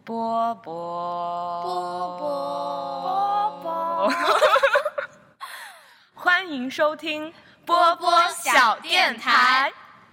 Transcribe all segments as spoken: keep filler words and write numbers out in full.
波波波波波，欢迎收听波波小电台。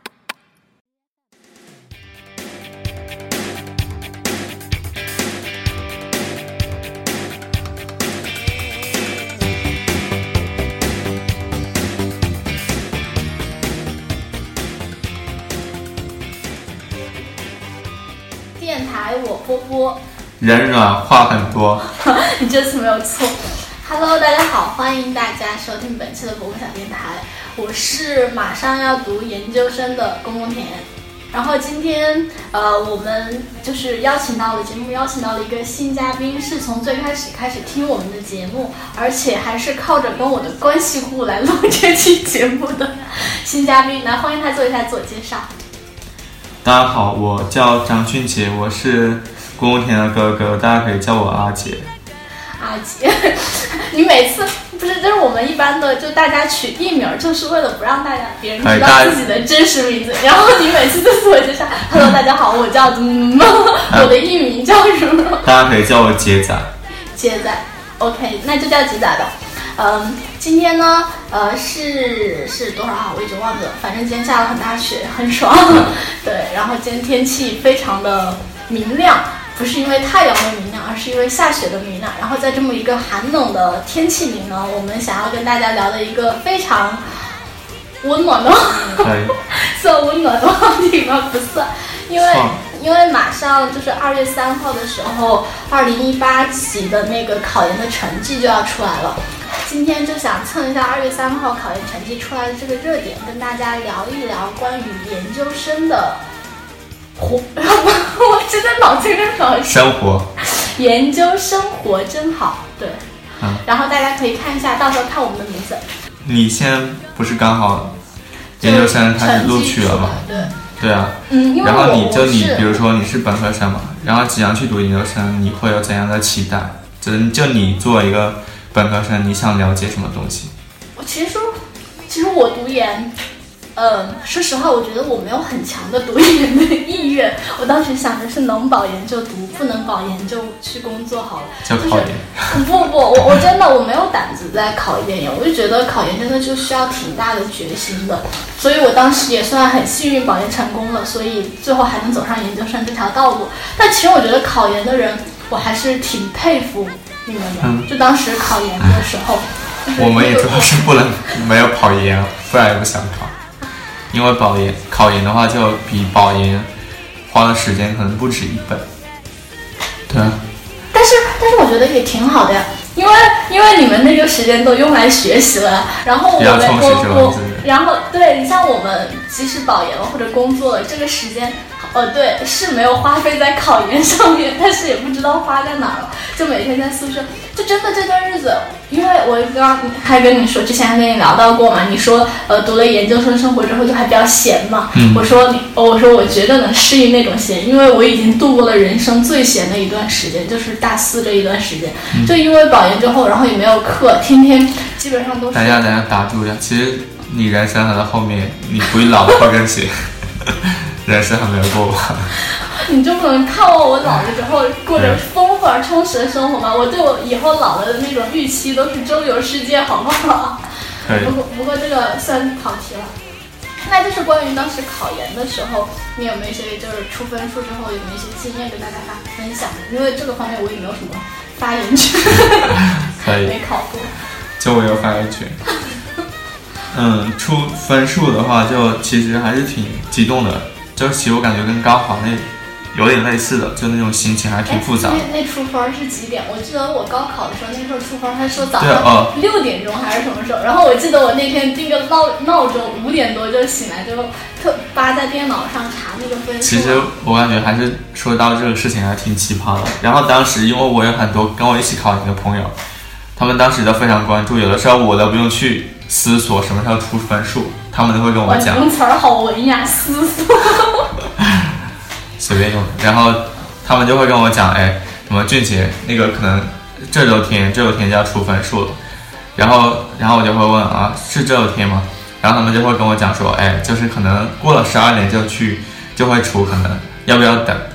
电台我波波， 人软话很多。 你这次没有错。Hello， 大家好，欢迎大家收听本期的波波小电台。我是马上要读研究生的公公田。然后今天呃，我们就是邀请到了节目，邀请到了一个新嘉宾，是从最开始开始听我们的节目，而且还是靠着跟我的关系户来录这期节目的新嘉宾。来，欢迎他做一下自我介绍。 大家好，我叫张俊杰，我是公公田的哥哥，大家可以叫我阿杰。 阿杰，你每次不是，就是我们一般的，就大家取艺名，就是为了不让大家别人知道自己的真实名字。然后你每次就自我介绍 ，Hello， 大家好，我叫怎么怎么，我的艺名叫什么？ 大家可以叫我杰仔。 杰仔 ，OK， 那就叫杰仔吧。嗯，今天呢，呃，是是多少号我已经忘记了，反正今天下了很大雪，很爽。对，然后今天天气非常的明亮，不是因为太阳的明亮，而是因为下雪的明亮。然后在这么一个寒冷的天气里呢，我们想要跟大家聊的一个非常温暖的，算温暖的话题吗？不算，因为。因为马上就是二月三号的时候，二零一八级的那个考研的成绩就要出来了。今天就想蹭一下二月三号考研成绩出来的这个热点，跟大家聊一聊关于研究生的活。我真的脑筋跟脑筋。 生活。 研究生活真好，对。嗯。然后大家可以看一下，到时候看我们的名字。 你现在不是刚好研究生开始录取了吗？ 对。 对啊， 嗯， 然后你就你比如说你是本科生嘛，然后即将去读研究生，你会有怎样的期待？就就你作为一个本科生，你想了解什么东西？ 我其实说，其实我读研，呃，说实话，我觉得我没有很强的读研的意愿。我当时想的是能保研就读，不能保研就去工作好了。 就考研？ 就是、不不，我我真的我没有胆子再考一遍研，我就觉得考研真的就需要挺大的决心的。所以我当时也算很幸运保研成功了，所以最后还能走上研究生这条道路。但其实我觉得考研的人，我还是挺佩服你们的。嗯、就当时考研的时候，就是、 我们也主要是不能没有考研，不然也不想考。因为保研考研的话，就比保研花的时间可能不止一倍。对啊。 但是但是我觉得也挺好的呀，因为因为你们那个时间都用来学习了，然后我们我我然后对你像我们即使保研了或者工作了，这个时间呃对是没有花费在考研上面，但是也不知道花在哪了，就每天在宿舍，就真的这段日子，因为我刚刚还跟你说，之前还跟你聊到过嘛，你说呃读了研究生生活之后就还比较闲嘛，嗯、我说你我说我觉得能适应那种闲，因为我已经度过了人生最闲的一段时间，就是大四这一段时间，嗯、就因为保研之后，然后也没有课，天天基本上都是。 等一下，等一下，打住一下，其实你人生还在后面，你不会老会更新，人生还没有过完。 你就不能看望我老了之后过着丰富而充实的生活吗？我对我以后老了的那种预期都是周游世界，好不好？不过不过这个算跑题了。那就是关于当时考研的时候，你有没有一些就是出分数之后有没有一些经验跟大家分享？因为这个方面我也没有什么发言权， 可以没考过， 就我有发言权。嗯，出分数的话，就其实还是挺激动的，就其实我感觉跟高考那有点类似的，就那种心情还挺复杂的。 那那出分是几点？我记得我高考的时候，那时候出分，他说早上六点钟还是什么时候？然后我记得我那天定个闹闹钟，五点多就醒来，就特扒在电脑上查那个分数。 其实我感觉还是说到这个事情还挺奇葩的。然后当时因为我有很多跟我一起考研的朋友，他们当时都非常关注，有的时候我都不用去思索什么时候出分数，他们都会跟我讲。 用词儿好文雅，思索。 随便用，然后他们就会跟我讲，哎，什么俊杰那个可能这周天这周天就要出分数了，然后然后我就会问啊，是这周天吗？然后他们就会跟我讲说，哎，就是可能过了十二点就去就会出，可能要不要等？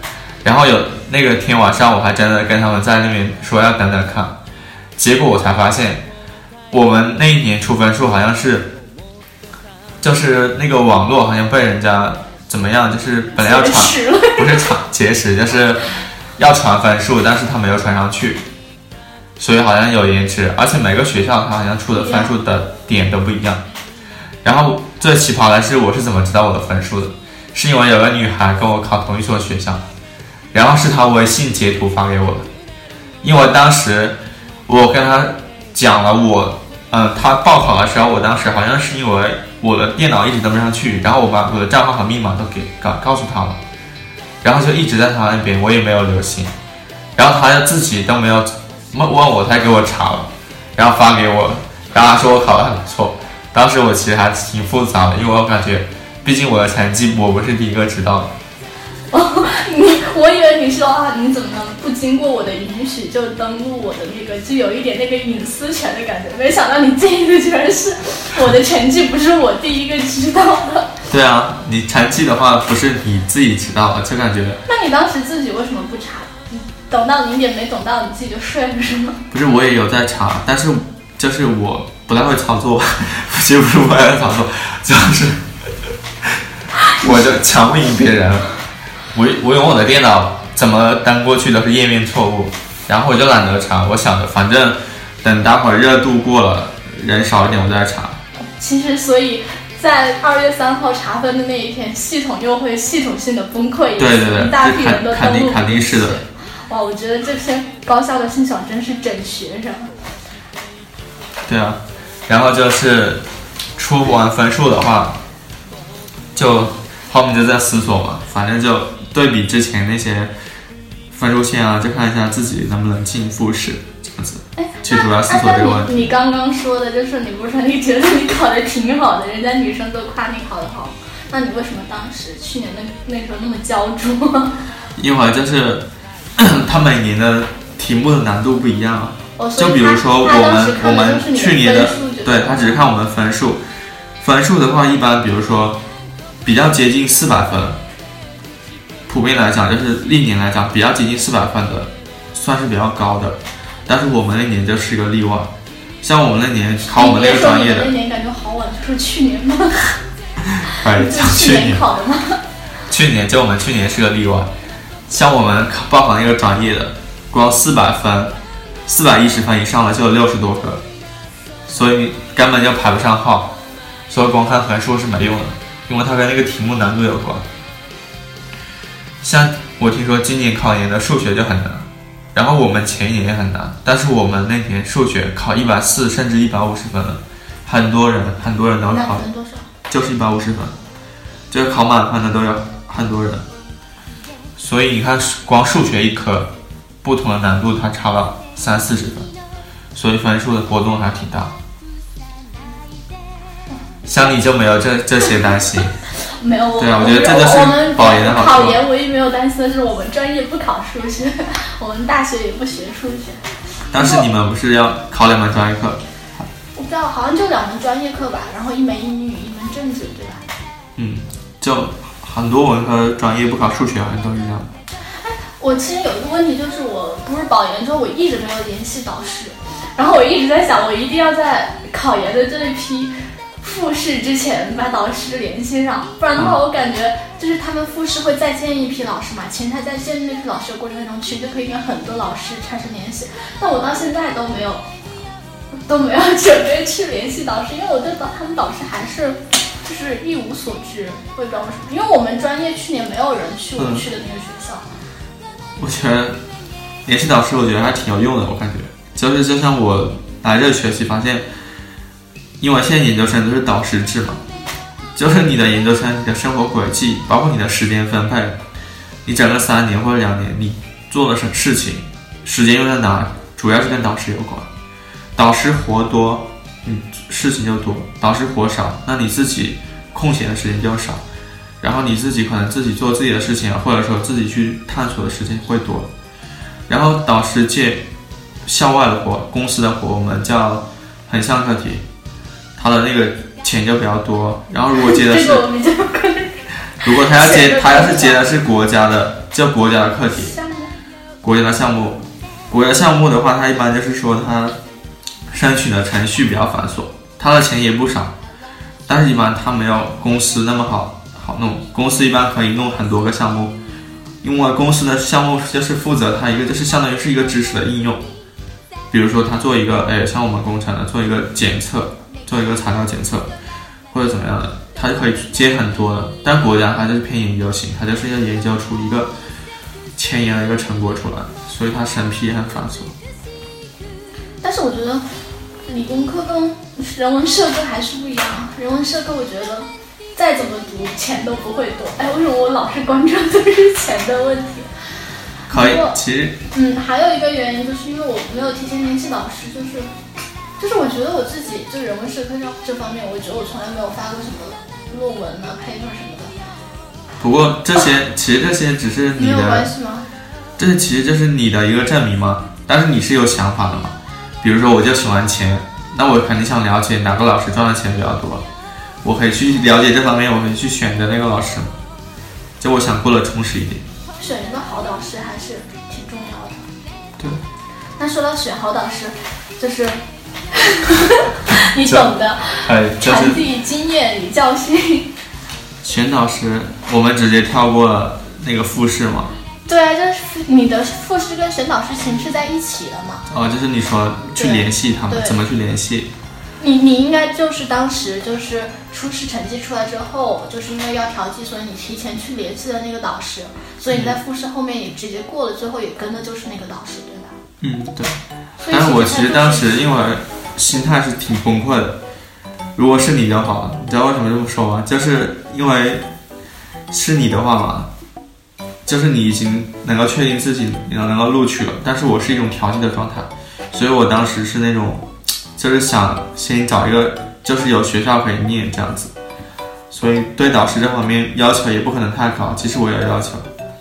然后有那个天晚上，我还真的跟他们在那边说要等等看，结果我才发现，我们那一年出分数好像是，就是那个网络好像被人家怎么样，就是本来要传，不是传劫持，就是要传分数，但是他没有传上去，所以好像有延迟，而且每个学校它好像出的分数的点都不一样。然后最奇葩的是，我是怎么知道我的分数的？是因为有个女孩跟我考同一所学校，然后是她微信截图发给我的。因为当时我跟她讲了我，嗯，她报考的时候，我当时好像是因为我的电脑一直登不上去，然后我把我的账号和密码都给告告诉她了，然后就一直在她那边，我也没有留心，然后她就自己都没有问我，她给我查了，然后发给我，然后她说我考得很不错。当时我其实还挺复杂的，因为我感觉，毕竟我的成绩我不是第一个知道的。 哦，你我以为你说啊，你怎么能不经过我的允许就登录我的那个，就有一点那个隐私权的感觉。没想到你这个居然是我的成绩，不是我第一个知道的。 对啊，你成绩的话不是你自己知道的，就感觉。 那你当时自己为什么不查？你等到零点没等到，你自己就睡了是吗？ 不是，我也有在查，但是就是我不太会操作，其实不是不太会操作，就是我就抢不赢别人。我我用我的电脑怎么登过去都是页面错误，然后我就懒得查，我想着反正等待会儿热度过了，人少一点我再查。 其实，所以在二月三号查分的那一天，系统又会系统性的崩溃一次， 对对对， 一大批人都登录不进去。 肯定是的。 哇，我觉得这些高校的信小真是整学生。 对啊，然后就是出完分数的话，就后面就在思索嘛，反正就对比之前那些分数线啊，就看一下自己能不能进复试这样子。去主要思索这个问题。 你, 你刚刚说的就是你不是说你觉得你考得挺好的，人家女生都夸你考得好，那你为什么当时去年那那时候那么焦灼？ 因为就是他每年的题目的难度不一样啊。 哦、 就比如说我们我们去年的，对，他只是看我们分数，分数的话一般比如说比较接近四百分，普遍来讲就是历年来讲比较接近四百分的，算是比较高的。但是我们那年就是一个例外，像我们那年考我们那个专业的， 那年感觉好晚，就是去年吗？ 哎，讲去年考的吗？ 去年就我们去年是个例外，像我们考报考那个专业的，光四百分。四百一十分以上的就有六十多个，所以根本就排不上号，所以光看分数是没用的，因为它跟那个题目难度有关。像我听说今年考研的数学就很难，然后我们前一年也很难，但是我们那年数学考一百四甚至一百五十分了，很多人很多人都考，就是一百五十分，就是考满分的都有很多人，所以你看光数学一科不同的难度它差了三四十分，所以分数的波动还挺大。像你就没有这这些担心？ 没有， 对啊，我觉得这就是保研的好处。 考研唯一没有担心的是我们专业不考数学，我们大学也不学数学。 但是你们不是要考两门专业课？ 我不知道，好像就两门专业课吧，然后一门英语，一门政治，对吧？ 嗯，就很多文科专业不考数学，好像都是这样。 我其实有一个问题，就是我不是保研之后，我一直没有联系导师，然后我一直在想，我一定要在考研的这一批复试之前把导师联系上，不然的话，我感觉就是他们复试会再建一批老师嘛，前台在建那批老师的过程中，其实就可以跟很多老师产生联系，但我到现在都没有都没有准备去联系导师，因为我对他们导师还是就是一无所知，我也不知道为什么，因为我们专业去年没有人去我去的那个学校。 我觉得联系导师，我觉得还挺有用的。我感觉就是就像我来这个学期发现，因为现在研究生都是导师制嘛，就是你的研究生、你的生活轨迹，包括你的时间分配，你整个三年或者两年你做的什么事情，时间用在哪，主要是跟导师有关。导师活多，你事情就多；导师活少，那你自己空闲的时间就少。然后你自己可能自己做自己的事情，或者说自己去探索的时间会多。然后导师接校外的活、公司的活，我们叫横向课题，他的那个钱就比较多。然后如果接的是，如果他要接，他要是接的是国家的， 就国家的课题，国家的项目，国家项目的话，它一般就是说它申请的程序比较繁琐，它的钱也不少，但是一般它没有公司那么好好弄，公司一般可以弄很多个项目，因为公司的项目就是负责它一个就是相当于是一个知识的应用，比如说它做一个，哎，像我们工程的做一个检测，做一个材料检测或者怎么样的，它就可以接很多的，但国家它就是偏研究型，它就是要研究出一个前沿的一个成果出来，所以它审批也很繁琐。 但是我觉得理工科跟人文社科还是不一样，人文社科我觉得再怎么读钱都不会多。哎，为什么我老是关注都是钱的问题？ 可以，其实嗯，还有一个原因就是因为我没有提前联系老师，就是就是我觉得我自己就人文社科这方面，我觉得我从来没有发过什么论文啊、paper 什么的。 不过这些其实这些只是你的， 没有关系吗？ 这是其实就是你的一个证明嘛，但是你是有想法的嘛。比如说我就喜欢钱，那我肯定想了解哪个老师赚的钱比较多，我可以去了解这方面，我可以去选择那个老师，就我想过得充实一点。 选一个好导师还是挺重要的。 对。 那说到选好导师，就是你懂的， 哎，就是传递经验与教训。 选导师，我们直接跳过了那个复试嘛。 对啊，就是你的复试跟选导师其实是在一起的嘛。 哦，就是你说去联系他们，怎么去联系？ 你你应该就是当时就是初试成绩出来之后，就是因为要调剂，所以你提前去联系了那个导师，所以你在复试后面也直接过了，最后也跟的就是那个导师，对吧？ 嗯，对。但是我其实当时因为心态是挺崩溃的。如果是你就好了，你知道为什么这么说吗？就是因为是你的话嘛，就是你已经能够确定自己能够录取了，但是我是一种调剂的状态，所以我当时是那种就是想先找一个就是有学校可以念这样子，所以对导师这方面要求也不可能太高，其实我有要求。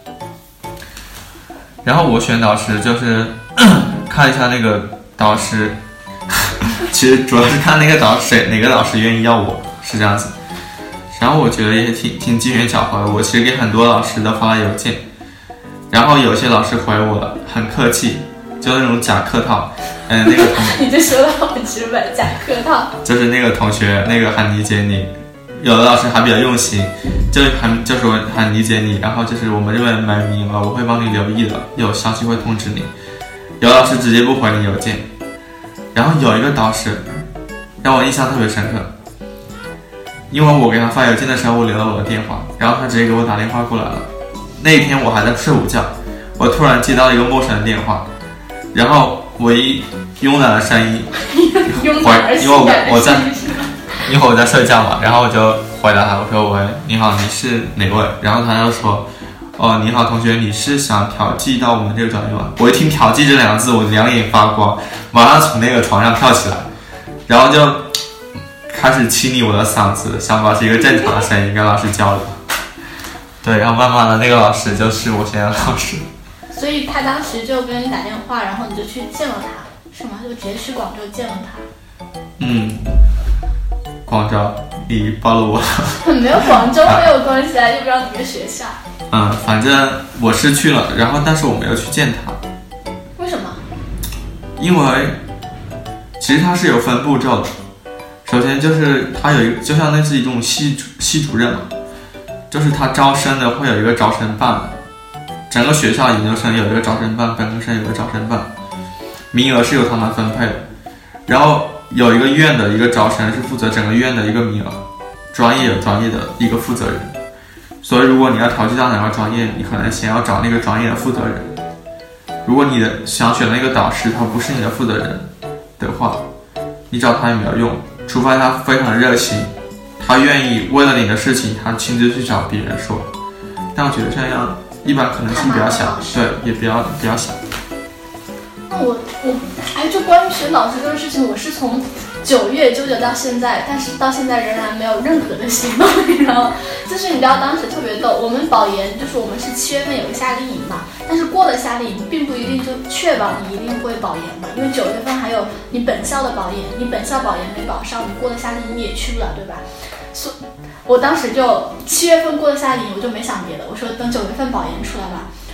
然后我选导师就是看一下那个导师，其实主要是看那个导师哪个导师愿意要我，是这样子。然后我觉得也挺挺机缘巧合的，我其实给很多老师都发了邮件，然后有些老师回我很客气，就那种假客套，嗯，那个同你就说的很直白，假客套， 就是那个同学那个很理解你，有的老师还比较用心，就很就说很理解你，然后就是我们这边没名额，我会帮你留意的，有消息会通知你。有老师直接不回你邮件，然后有一个导师让我印象特别深刻，因为我给他发邮件的时候我留了我的电话，然后他直接给我打电话过来了。那一天我还在睡午觉，我突然接到一个陌生的电话，然后我一慵懒的声音回，因为我我在因为我在睡觉嘛，然后我就回答他，我说喂，你好，你是哪位？然后他就说，哦，你好同学，你是想调剂到我们这个专业吗？我一听调剂这两个字，我两眼发光，马上从那个床上跳起来，然后就开始清理我的嗓子，想保持一个正常的声音跟老师交流。对，然后慢慢的那个老师就是我现在的老师。 所以他当时就跟你打电话，然后你就去见了他，是吗？就直接去广州见了他。 嗯，广州，你暴露我。 没有广州没有关系啊，又不知道你的学校。 嗯，反正我是去了，然后但是我没有去见他。 为什么？ 因为其实他是有分步骤的。首先就是他有一个，就像类似于这种系主系主任嘛，就是他招生的会有一个招生办，整个学校研究生有一个招生办，本科生有一个招生办，名额是由他们分配的。然后有一个院的一个招生是负责整个院的一个名额，专业有专业的一个负责人。所以如果你要调剂到哪个专业，你可能先要找那个专业的负责人。如果你的想选的那个导师他不是你的负责人的话，你找他也没有用，除非他非常热心，他愿意为了你的事情他亲自去找别人说。但我觉得这样一般可能性比较小，对，也比较比较小。 那我我哎，就关于选导师这个事情，我是从九月纠结到现在，但是到现在仍然没有任何的行动，你知道吗？就是你知道当时特别逗，我们保研就是我们是七月份有个夏令营嘛，但是过了夏令营并不一定就确保你一定会保研嘛，因为九月份还有你本校的保研，你本校保研没保上，你过了夏令营你也去不了，对吧？所我当时就七月份过了夏令营，我就没想别的，我说等九月份保研出来吧。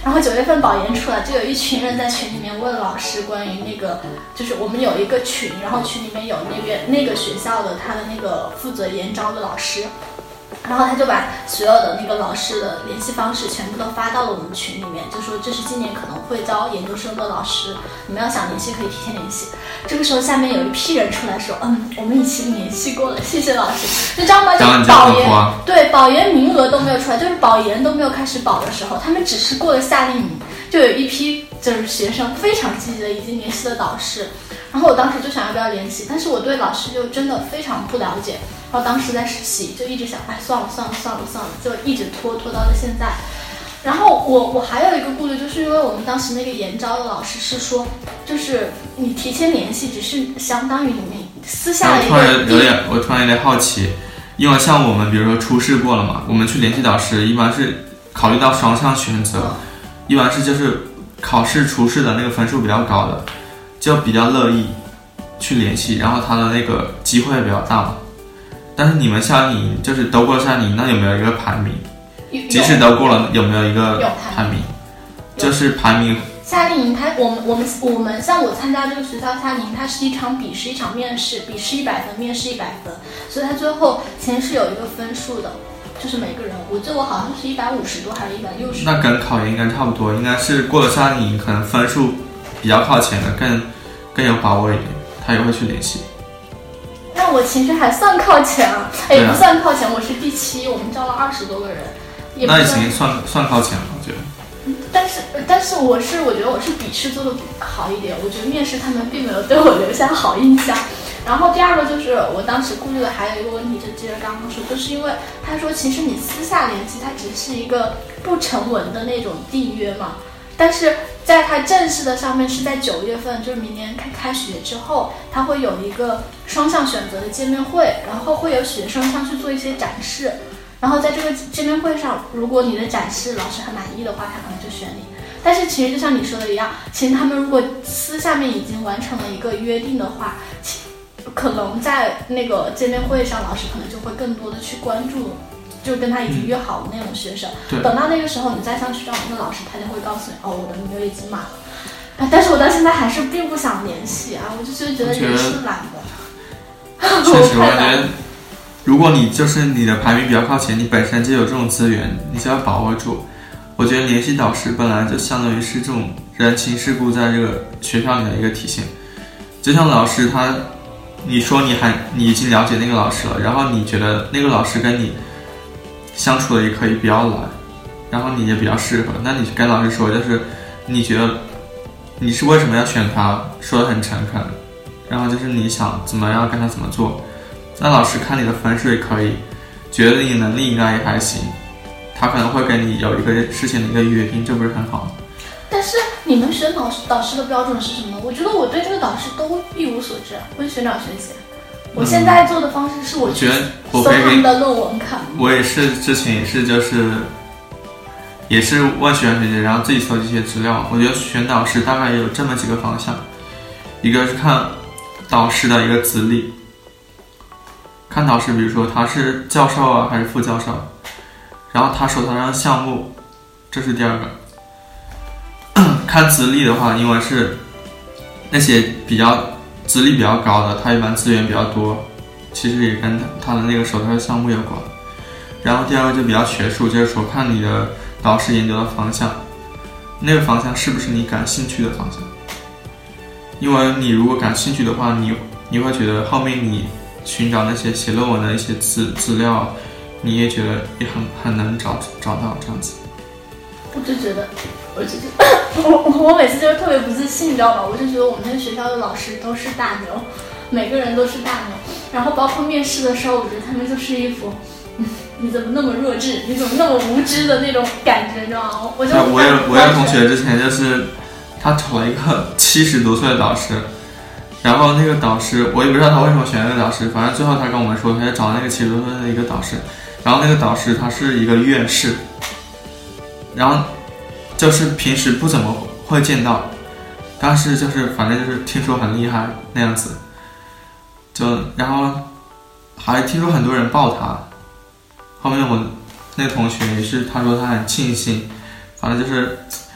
然后九月份保研出来，就有一群人在群里面问老师关于那个，就是我们有一个群，然后群里面有那边那个学校的他的那个负责研招的老师。然后他就把所有的那个老师的联系方式全部都发到了我们群里面，就说这是今年可能会招研究生的老师，你们要想联系可以提前联系。这个时候下面有一批人出来说，嗯，我们已经联系过了，谢谢老师。你知道吗？就保研，对，保研名额都没有出来，就是保研都没有开始保的时候，他们只是过了夏令营，就有一批就是学生非常积极的已经联系了导师。然后我当时就想要不要联系，但是我对老师就真的非常不了解。然后当时在实习，就一直想，哎，算了算了算了算了，就一直拖拖到了现在。然后我我还有一个顾虑，就是因为我们当时那个研招的老师是说，就是你提前联系，只是相当于你们私下的一个。 我突然有点，我突然有点好奇，因为像我们比如说初试过了嘛，我们去联系导师，一般是考虑到双向选择，嗯、一般是就是考试初试的那个分数比较高的，就比较乐意去联系，然后他的那个机会也比较大嘛。但是你们夏令营就是都过夏令营，那有没有一个排名？即使都过了，有没有一个排名？就是排名。 夏令营它，我们我们我们像我参加这个学校夏令营，它是一场笔试，一场面试，笔试一百分，面试一百分，所以它最后其实是有一个分数的，就是每个人，我记得我好像是一百五十多还是一百六十。 那跟考研应该差不多，应该是过了夏令营，可能分数比较靠前的更更有把握一点，他也会去联系。 那我其实还算靠前啊，哎，不算靠前，我是第七，我们招了二十多个人，也不那已经算算靠前了，我觉得。 但是但是我是我觉得我是笔试做的好一点，我觉得面试他们并没有对我留下好印象。然后第二个就是我当时顾虑的还有一个问题，就接着刚刚说，就是因为他说其实你私下联系，它只是一个不成文的那种缔约嘛。但是在它正式的上面是在九月份，就是明年开开学之后，它会有一个双向选择的见面会，然后会有学生上去做一些展示，然后在这个见面会上，如果你的展示老师很满意的话，他可能就选你。但是其实就像你说的一样，其实他们如果私下面已经完成了一个约定的话，可能在那个见面会上，老师可能就会更多的去关注。就跟他已经约好的那种学生， 嗯、 等到那个时候你再上去找那个老师，他就会告诉你，哦，我的名额已经满了。啊，但是我到现在还是并不想联系啊，我就是觉得人是懒的。 确实，我感觉，如果你就是你的排名比较靠前，你本身就有这种资源，你就要把握住。我觉得联系导师本来就相当于是这种人情世故在这个学校里的一个体现。就像老师他，你说你还你已经了解那个老师了，然后你觉得那个老师跟你相处的也可以比较来，然后你也比较适合，那你跟老师说，就是你觉得你是为什么要选他，说得很诚恳，然后就是你想怎么样跟他怎么做，那老师看你的分数也可以，觉得你能力应该也还行，他可能会跟你有一个事情的一个约定，这不是很好吗？ 但是你们选导师导师的标准是什么？我觉得我对这个导师都一无所知，问学长学姐。我现在做的方式是我觉得搜他们的论文看。 我也是之前也是就是也是问学长学姐，然后自己搜集一些资料。我觉得选导师大概有这么几个方向，一个是看导师的一个资历，看导师比如说他是教授啊还是副教授，然后他手头上的项目，这是第二个。看资历的话，因为是那些比较资历比较高的，他一般资源比较多，其实也跟他的那个手头的项目有关。然后第二个就比较学术，就是说看你的导师研究的方向，那个方向是不是你感兴趣的方向。因为你如果感兴趣的话，你你会觉得后面你寻找那些写论文的一些资资料，你也觉得也很很能找找到这样子。 我就觉得，我就觉得，我我每次就是特别不自信，你知道吗？我就觉得我们那个学校的老师都是大牛，每个人都是大牛。然后包括面试的时候，我觉得他们就是一副，嗯，你怎么那么弱智，你怎么那么无知的那种感觉，你知道吗？我就我有我有同学之前就是他找了一个七十多岁的导师，然后那个导师我也不知道他为什么选那个导师，反正最后他跟我们说，他就找那个七十多岁的一个导师，然后那个导师他是一个院士。然后就是平时不怎么会见到，但是就是反正就是听说很厉害那样子，就然后还听说很多人报他。后面我那个同学也是，他说他很庆幸，反正就是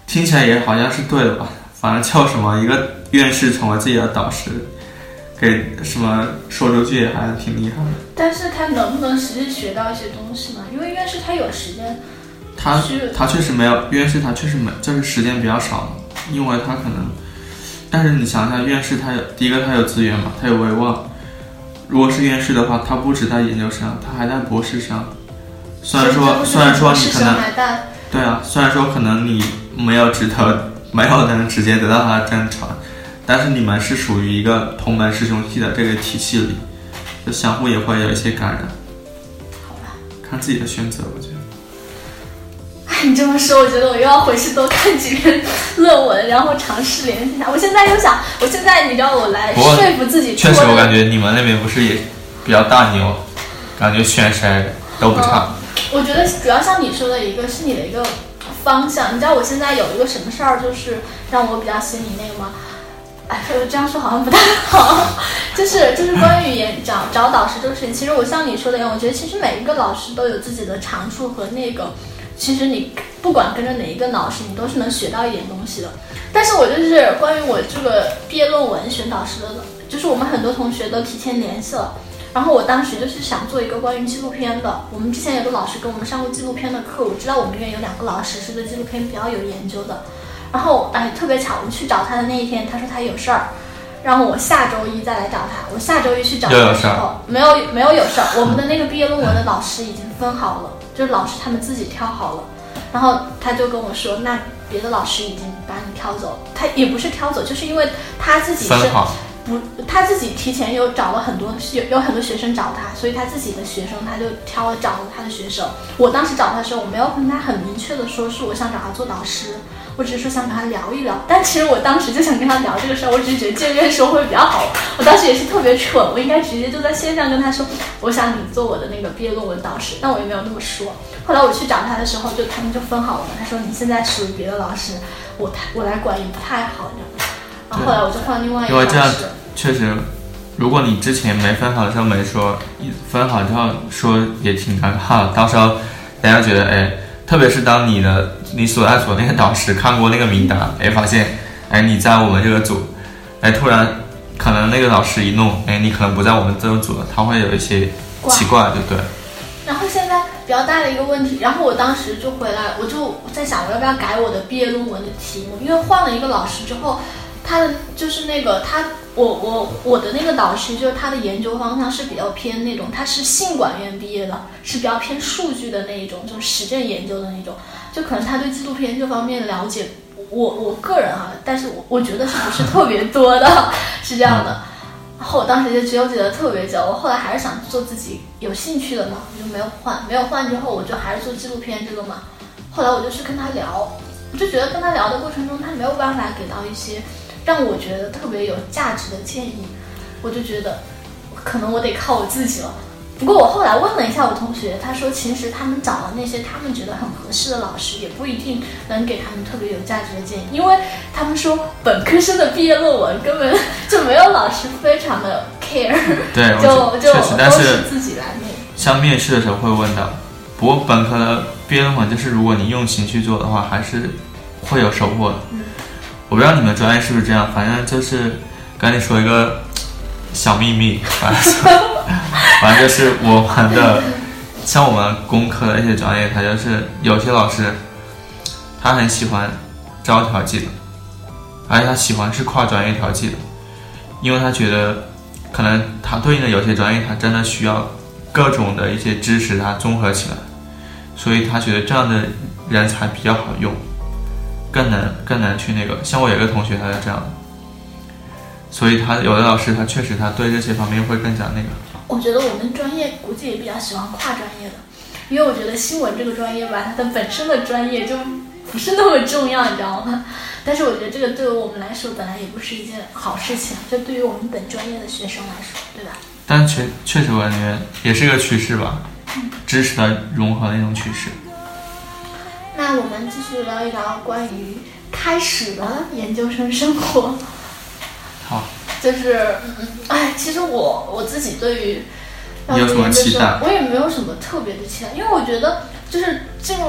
听起来也好像是对的吧，反正叫什么一个院士成为自己的导师，给什么说出去也还挺厉害的。 但是他能不能实际学到一些东西呢？因为院士他有时间， 他他确实没有，院士他确实没，就是时间比较少，因为他可能，但是你想一下，院士他有第一个他有资源嘛，他有威望。如果是院士的话，他不只在研究生，他还在博士生。虽然说虽然说你可能对啊，虽然说可能你没有值得没有能直接得到他的真传，但是你们是属于一个同门师兄弟的这个体系里，就相互也会有一些感染。 好吧， 看自己的选择，我觉得。 哎，你这么说，我觉得我又要回去多看几篇论文，然后尝试联系一下。我现在又想，我现在你知道我来说服自己。 确实，我感觉你们那边不是也比较大牛，感觉选谁都不差。 嗯，我觉得主要像你说的，一个是你的一个方向。你知道我现在有一个什么事儿，就是让我比较心里那个吗？哎，这样说好像不太好，就是就是关于演找找导师这个事情。其实我像你说的一样，我觉得其实每一个老师都有自己的长处和那个。其实你不管跟着哪一个老师，你都是能学到一点东西的。但是我就是关于我这个毕业论文选导师的，就是我们很多同学都提前联系了。然后我当时就是想做一个关于纪录片的。我们之前有个老师跟我们上过纪录片的课，我知道我们这边有两个老师是对纪录片比较有研究的。然后哎，特别巧，我去找他的那一天，他说他有事儿，让我下周一再来找他。我下周一去找他的时候，没有没有有事儿。我们的那个毕业论文的老师已经分好了。就是老师他们自己挑好了，然后他就跟我说，那别的老师已经把你挑走，他也不是挑走，就是因为他自己是不，他自己提前有找了很多，有有很多学生找他，所以他自己的学生他就挑了找了他的学生。我当时找他的时候，我没有跟他很明确的说是我想找他做导师，我只是说想跟他聊一聊。但其实我当时就想跟他聊这个事儿，我只是觉得见面说会比较好。我当时也是特别蠢，我应该直接就在线上跟他说，我想你做我的那个毕业论文导师，但我也没有那么说。后来我去找他的时候，就他们就分好了，他说你现在属于别的老师，我我来管也不太好，这样。然后后来我就换另外一个老师。因为这样确实，如果你之前没分好的时候没说，分好之后说也挺尴尬的。到时候大家觉得，哎，特别是当你的你所在组那个导师看过那个名单，哎，发现，哎，你在我们这个组，哎，突然可能那个老师一弄，哎，你可能不在我们这个组了，他会有一些奇怪，对不对？ 然后现在比较大的一个问题，然后我当时就回来，我就在想，我要不要改我的毕业论文的题目？因为换了一个老师之后，他的就是那个他，我我我的那个导师就是他的研究方向是比较偏那种，他是信管院毕业的，是比较偏数据的那一种，就是实证研究的那种，就可能他对纪录片这方面的了解，我我个人啊，但是我我觉得是不是特别多的，是这样的。然后我当时就纠结了特别久，我后来还是想做自己有兴趣的嘛，我就没有换，没有换之后我就还是做纪录片这个嘛。后来我就去跟他聊，我就觉得跟他聊的过程中，他没有办法给到一些让我觉得特别有价值的建议，我就觉得可能我得靠我自己了。不过我后来问了一下我同学，他说其实他们找了那些他们觉得很合适的老师，也不一定能给他们特别有价值的建议，因为他们说本科生的毕业论文根本就没有老师非常的 care， 对， 就就确实，但是自己来面。 像面试的时候会问到，不过本科的毕业论文就是如果你用心去做的话，还是会有收获的。嗯，我不知道你们专业是不是这样，反正就是跟你说一个小秘密，反正反正就是我们的，像我们工科的一些专业，它就是有些老师他很喜欢招调剂的，而且他喜欢是跨专业调剂的，因为他觉得可能他对应的有些专业他真的需要各种的一些知识它综合起来，所以他觉得这样的人才比较好用，更难更难去那个。像我有一个同学他是这样的，所以他有的老师他确实他对这些方面会更加那个。 我觉得我们专业估计也比较喜欢跨专业的，因为我觉得新闻这个专业吧，它的本身的专业就不是那么重要，你知道吗？但是我觉得这个对于我们来说本来也不是一件好事情，就对于我们本专业的学生来说，对吧？ 但确确实我感觉也是个趋势吧， 嗯， 知识的融合那种趋势。 那我们继续聊一聊关于开始的研究生生活。 好， 就是，嗯，哎，其实我我自己对于你有什么期待？ 我也没有什么特别的期待，因为我觉得就是进入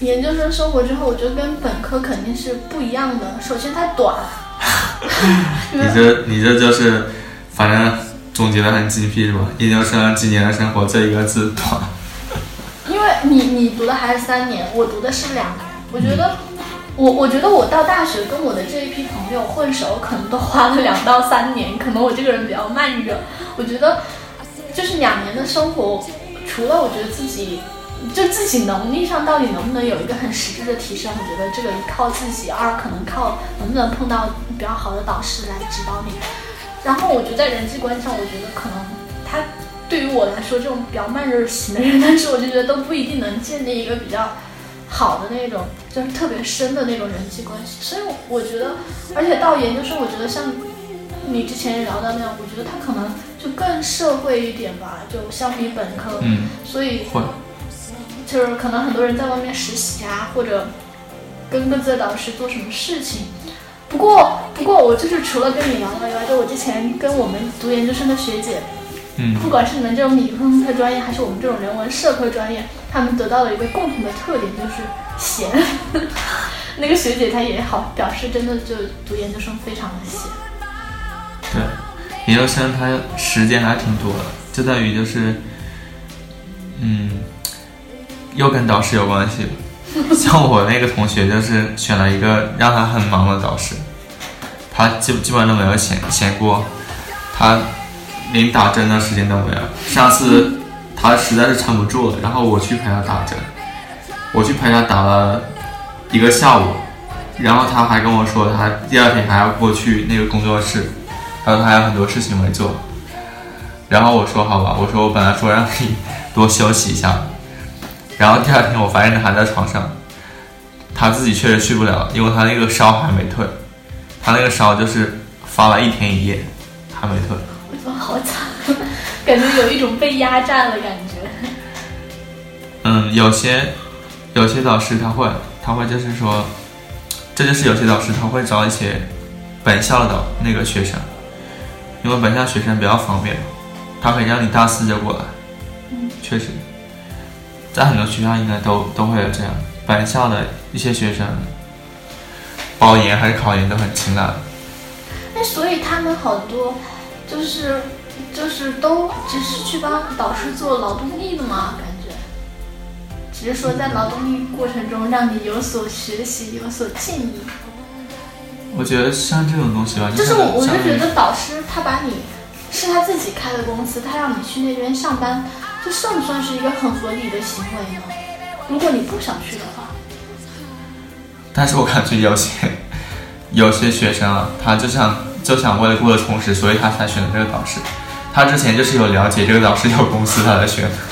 研究生生活之后，我觉得跟本科肯定是不一样的。首先它短， 你这你这就是反正总结的很精辟是吧？研究生几年的生活，这一个字短。 因为你你读的还是三年，我读的是两年。我觉得我我觉得我到大学跟我的这一批朋友混熟，可能都花了两到三年。可能我这个人比较慢热，我觉得就是两年的生活，除了我觉得自己就自己能力上到底能不能有一个很实质的提升，我觉得这个一靠自己，二可能靠能不能碰到比较好的导师来指导你。然后我觉得在人际关系上，我觉得可能他对于我来说这种比较慢热型的人，但是我就觉得都不一定能建立一个比较好的那种就是特别深的那种人际关系。所以我觉得，而且到研究生，我觉得像你之前聊到那样，我觉得他可能就更社会一点吧，就相比本科。 嗯， 所以会就是可能很多人在外面实习啊，或者跟各自的导师做什么事情。不过，不过我就是除了跟你聊到以外，就我之前跟我们读研究生的学姐， 嗯， 不管是你们这种理工科专业，还是我们这种人文社科专业，他们得到了一个共同的特点，就是闲。那个学姐她也好，表示真的就读研究生非常的闲。 对，研究生它时间还挺多的，就在于就是，嗯，又跟导师有关系。像我那个同学就是选了一个让他很忙的导师，他基基本上都没有闲闲过，他连打针的时间都没有。上次他实在是撑不住了，然后我去陪他打针，我去陪他打了一个下午，然后他还跟我说他第二天还要过去那个工作室，他说他还有很多事情没做。然后我说好吧，我说我本来说让你多休息一下，然后第二天我发现他还在床上，他自己确实去不了，因为他那个烧还没退，他那个烧就是发了一天一夜还没退。 我觉得好惨，感觉有一种被压榨的感觉。 嗯，有些有些导师他会他会就是说，这就是有些导师他会招一些本校的导那个学生，因为本校学生比较方便，他可以让你大四就过来。 嗯， 确实，在很多学校应该都都会有这样，本校的一些学生保研还是考研都很勤劳。 那所以他们好多就是就是都只是去帮导师做劳动力的嘛，感觉只是说在劳动力过程中让你有所学习，有所进益。 我觉得像这种东西吧， 就是我我就觉得导师他把你是他自己开的公司，他让你去那边上班，这算不算是一个很合理的行为呢？如果你不想去的话。 但是我感觉有些有些学生啊，他就想就想为了过得充实，所以他才选的这个导师。他之前就是有了解这个导师有公司，他才选的。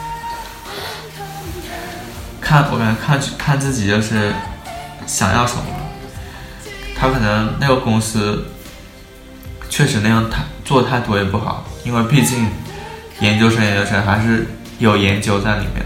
看我感觉看看自己就是想要什么。他可能那个公司确实那样太做太多也不好，因为毕竟研究生研究生还是有研究在里面。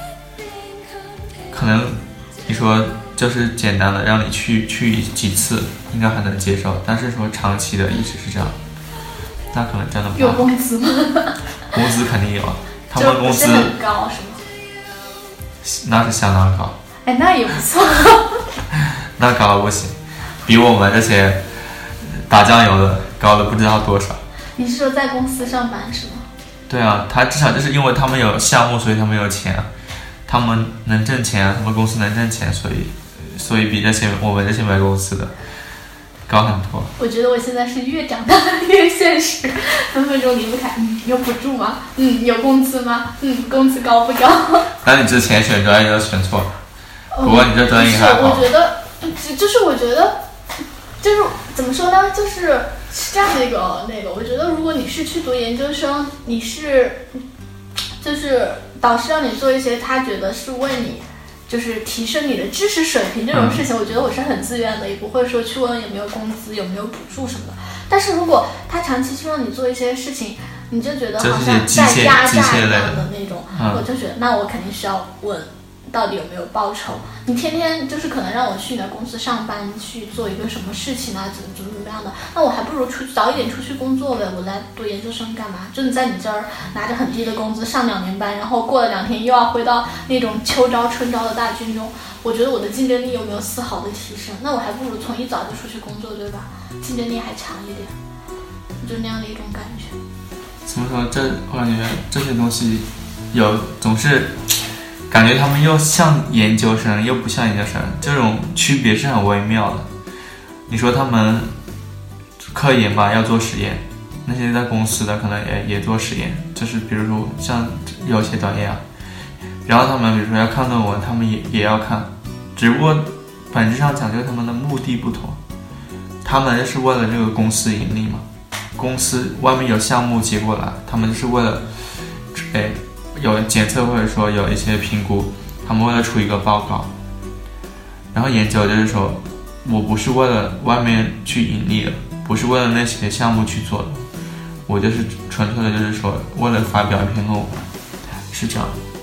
可能你说就是简单的让你去去几次应该还能接受，但是说长期的一直是这样，那可能真的不好。 有工资吗？ 工资肯定有，他们工资就不是很高是吗？ 那是相当高。 哎，那也不错。 那高的不行，比我们这些打酱油的高的不知道多少。 你是说在公司上班是吗？ 对啊，他至少就是因为他们有项目，所以他们有钱啊，他们能挣钱，他们公司能挣钱，所以所以比这些我们这些没公司的高很多。 我觉得我现在是越长大越现实，分分钟离不开。嗯，有补助吗？嗯，有工资吗？嗯，工资高不高？ 那你之前选专业都选错了，不过你这专业还好。 我觉得，就是我觉得，就是怎么说呢？就是是这样的一个那个，我觉得如果你是去读研究生，你是就是导师让你做一些他觉得是为你就是提升你的知识水平这种事情，我觉得我是很自愿的，也不会说去问有没有工资有没有补助什么的。但是如果他长期去让你做一些事情，你就觉得好像在压榨一样的那种，我就觉得那我肯定需要问到底有没有报酬？你天天就是可能让我去你的公司上班去做一个什么事情啊，怎么怎么怎么样的，那我还不如出早一点出去工作呗，我来读研究生干嘛？就你在你这儿拿着很低的工资上两年班，然后过了两天又要回到那种秋招春招的大军中，我觉得我的竞争力有没有丝毫的提升？那我还不如从一早就出去工作，对吧？竞争力还强一点，就是那样的一种感觉。 怎么说？这我感觉这些东西有总是感觉他们又像研究生又不像研究生，这种区别是很微妙的。你说他们科研吧要做实验，那些在公司的可能也也做实验，就是比如说像有些专业啊，然后他们比如说要看论文，他们也也要看，只不过本质上讲究他们的目的不同，他们是为了这个公司盈利嘛，公司外面有项目接过来，他们是为了哎有检测或者说有一些评估，他们为了出一个报告。然后研究就是说我不是为了外面去盈利的，不是为了那些项目去做的，我就是纯粹的就是说为了发表一篇论文，是这样。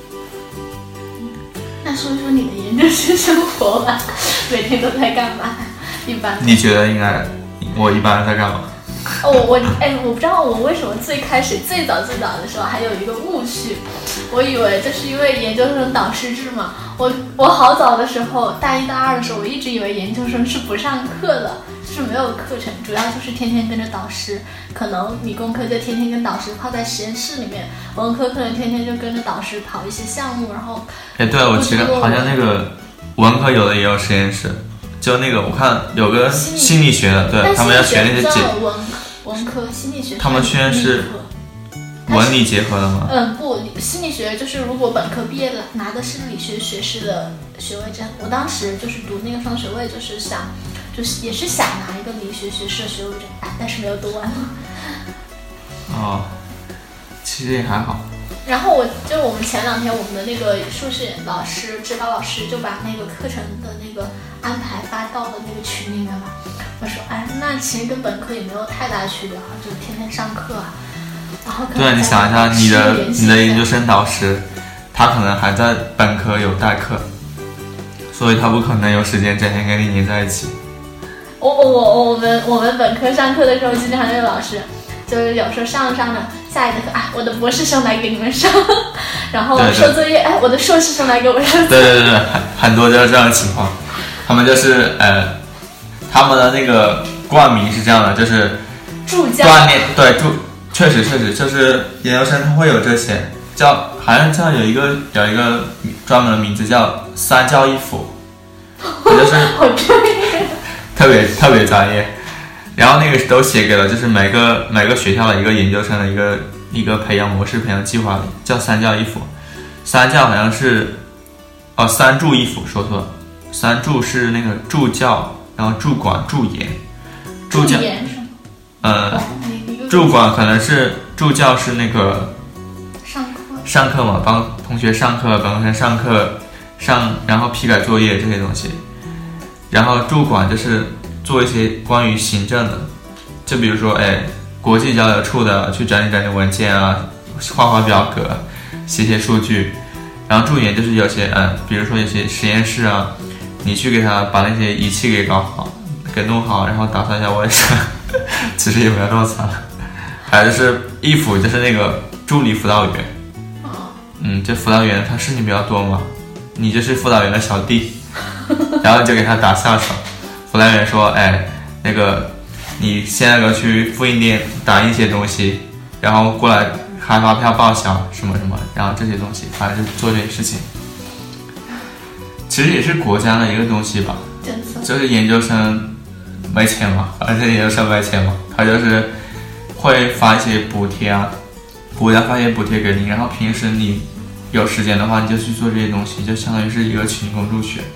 那说说你的研究生生活吧，每天都在干嘛？一般你觉得应该我一般在干嘛？ 哦，我哎，我不知道我为什么最开始最早最早的时候还有一个误区，我以为这是因为研究生导师制嘛。我我好早的时候，大一大二的时候，我一直以为研究生是不上课的，就是没有课程，主要就是天天跟着导师。可能理工科就天天跟导师泡在实验室里面，文科可能天天就跟着导师跑一些项目，然后哎，对，我记得好像那个文科有的也有实验室。就那个我看有个心理学的，对，他们要学那些解文文科心理学， 他们学是文理结合的吗？ 嗯，不，心理学就是如果本科毕业了拿的是理学学士的学位证，我当时就是读那个双学位，就是想，就是也是想拿一个理学学士的学位证，哎，但是没有读完。 哦，其实也还好。 然后我就我们前两天我们的那个数学老师指导老师就把那个课程的那个安排发到了那个群里面嘛。我说，哎，那其实跟本科也没有太大区别啊，就天天上课啊。然后对，你想一下，你的你的研究生导师，他可能还在本科有代课，所以他不可能有时间整天跟你黏在一起。 我我我我们我们本科上课的时候，经常那个老师。就是有时候上着上着，下一节课，哎，我的博士生来给你们上，然后收作业，哎，我的硕士生来给我上。 对对对对，很多就是这样的情况。他们就是呃，他们的那个冠名是这样的，就是助教锻炼，对助，确实确实就是研究生他会有这些叫，好像叫有一个有一个专门的名字叫三教一辅，也就是特别特别专业。然后那个都写给了，就是每个每个学校的一个研究生的一个一个培养模式、培养计划里，叫三教一辅。三教好像是，哦，三助一辅，说错了。三助是那个助教，然后助管、助研。助教，呃，助管可能是助教是那个上课上课嘛，帮同学上课，帮同学上课上，然后批改作业这些东西。然后助管就是做一些关于行政的，就比如说，哎，国际交流处的去整理整理文件啊，画画表格，写写数据。然后助研就是有些，嗯，比如说有些实验室啊，你去给他把那些仪器给搞好，给弄好，然后打扫一下卫生。其实也没有那么惨。还有就是一辅，就是那个助理辅导员。嗯，这辅导员他事情比较多嘛，你就是辅导员的小弟，然后就给他打下手。辅导员说：“哎，那个，你现在给我去复印店打印一些东西，然后过来开发票报销什么什么，然后这些东西，反正就做这些事情。其实也是国家的一个东西吧，就是研究生没钱嘛，而且研究生没钱嘛，他就是会发一些补贴啊，国家发一些补贴给你，然后平时你有时间的话，你就去做这些东西，就相当于是一个勤工助学。”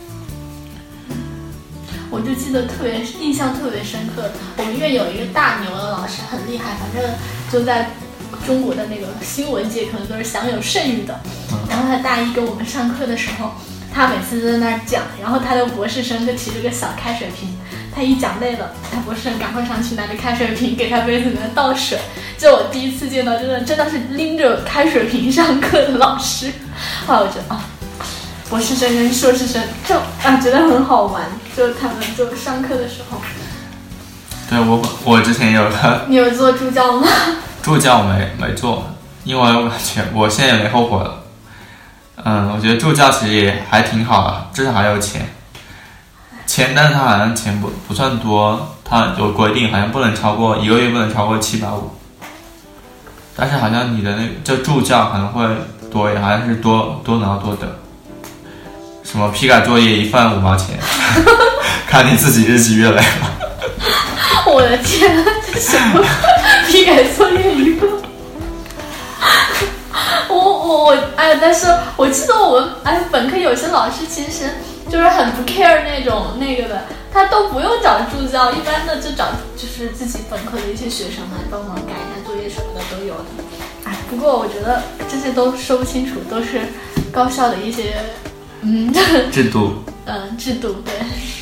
我就记得特别印象特别深刻，我们院有一个大牛的老师很厉害，反正就在中国的那个新闻界可能都是享有盛誉的。然后他大一跟我们上课的时候，他每次都在那儿讲，然后他的博士生就提着个小开水瓶，他一讲累了，他博士生赶快上去拿着开水瓶给他杯子里面倒水。就我第一次见到真的真的是拎着开水瓶上课的老师，后来我觉得啊。 博士生跟硕士生，就啊觉得很好玩，就他们就上课的时候。 对我我之前有个， 你有做助教吗？ 助教没没做，因为我感觉我现在有点后悔了。嗯，我觉得助教其实也还挺好的，至少还有钱。钱，但是他好像钱不不算多，他有规定，好像不能超过一个月不能超过七百五。但是好像你的那个就助教可能会多一点，好像是多多拿多得。什么批改作业一份五毛钱，看你自己日积月累了。 我的天，这什么批改作业一个？我我我哎，但是我记得我们哎本科有些老师其实就是很不 care 那种那个的，他都不用找助教，一般的就找就是自己本科的一些学生来帮忙改一下作业什么的都有的。哎，不过我觉得这些都说不清楚，都是高校的一些嗯制度， 嗯制度对。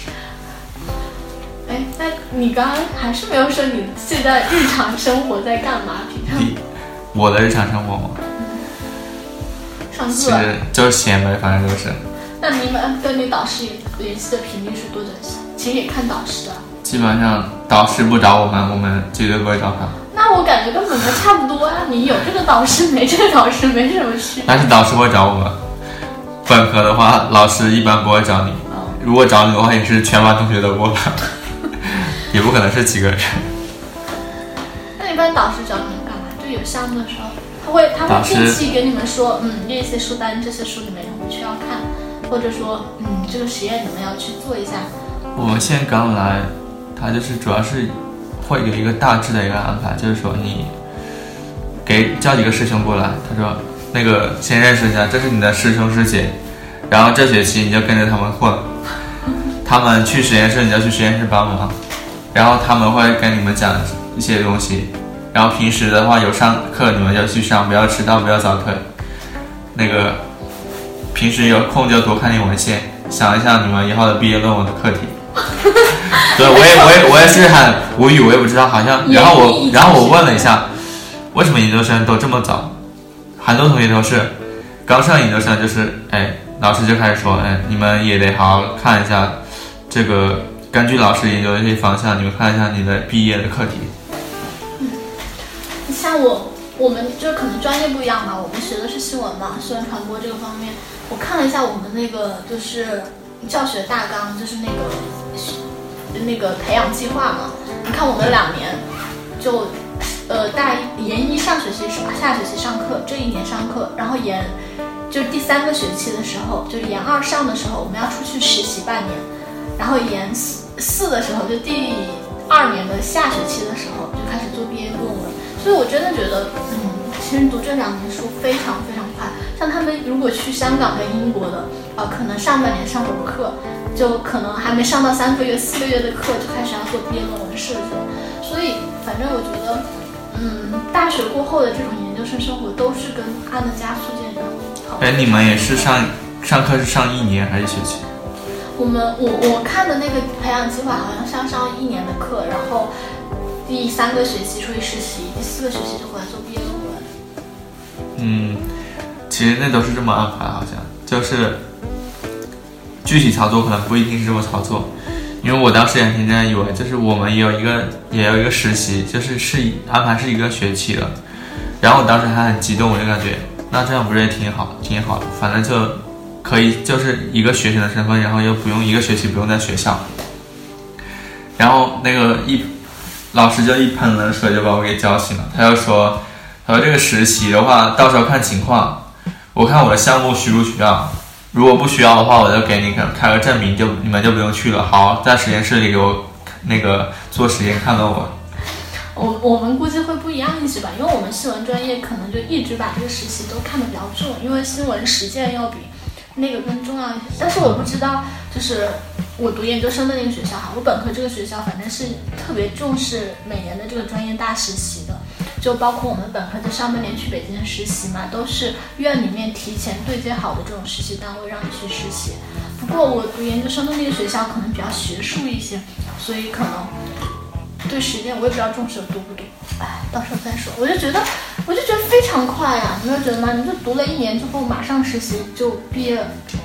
哎，那你刚刚还是没有说你现在日常生活在干嘛？平常我的日常生活吗？ 上课其实就是闲呗，反正就是。 那你们跟你导师联系的频率是多久一次？其实也看导师的。 基本上导师不找我们，我们绝对不会找他。 那我感觉跟本科差不多啊，你有这个导师没这个导师没什么区别。 但是导师会找我们。本科的话，老师一般不会找你。 哦、 如果找你的话，也是全班同学都过来，也不可能是几个人。 那一般导师找你们干嘛？就有项目的时候，他会他会定期给你们说，嗯，这些书单，这些书你们回去要看，或者说，嗯，这个实验你们要去做一下。 我们现在刚来，他就是主要是会有一个大致的一个安排，就是说你给叫几个师兄过来，他说那个先认识一下，这是你的师兄师姐，然后这学期你就跟着他们混，他们去实验室你就去实验室帮忙，然后他们会跟你们讲一些东西，然后平时的话有上课你们就去上，不要迟到，不要早退。那个平时有空就多看点文献，想一下你们以后的毕业论文的课题。对，我也我也我也是很无语，我也不知道，好像然后我然后我问了一下，为什么研究生都这么早？很多同学都是刚上研究生，就是哎，老师就开始说，哎，你们也得好好看一下这个，根据老师研究的这些方向，你们看一下你的毕业的课题。 嗯，像我，我们就可能专业不一样嘛，我们学的是新闻嘛，新闻传播这个方面，我看了一下我们那个就是教学大纲，就是那个那个培养计划嘛，你看我们两年就。呃，大研一上学期上，下学期上课，这一年上课，然后研就第三个学期的时候，就是研二上的时候，我们要出去实习半年，然后研四四的时候，就第二年的下学期的时候就开始做毕业论文。所以我真的觉得，嗯，其实读这两年书非常非常快。像他们如果去香港跟英国的，呃，可能上半年上会儿课，就可能还没上到三个月、四个月的课就开始要做毕业论文设计了。所以，反正我觉得。嗯，大学过后的这种研究生生活都是跟按的加速键的。 哎，你们也是上上课是上一年还是学期？ 我们我我看的那个培养计划好像是要上一年的课，然后第三个学期出去实习，第四个学期就回来做毕业论文。 嗯，其实那都是这么安排，好像就是具体操作可能不一定是这么操作。因为我当时也天真以为，就是我们也有一个也有一个实习，就是是安排是一个学期的，然后我当时还很激动，我就感觉那这样不是也挺好，挺好的，反正就可以就是一个学生的身份，然后又不用一个学期不用在学校，然后那个一老师就一喷冷水就把我给叫醒了，他就说，他说这个实习的话，到时候看情况，我看我的项目需不需要。如果不需要的话，我就给你开个证明，就你们就不用去了。好，在实验室里给我那个做实验看论文。 我我们估计会不一样一些吧，因为我们新闻专业可能就一直把这个实习都看得比较重，因为新闻实践要比那个更重要一些。但是我不知道，就是我读研究生的那个学校哈，我本科这个学校反正是特别重视每年的这个专业大实习的。就包括我们本科的上半年去北京实习嘛，都是院里面提前对接好的这种实习单位让你去实习。不过我读研究生的那个学校可能比较学术一些，所以可能对实践我也不知道重视有多不多，哎，到时候再说。我就觉得，我就觉得非常快啊，你没有觉得吗？你就读了一年之后马上实习就毕业，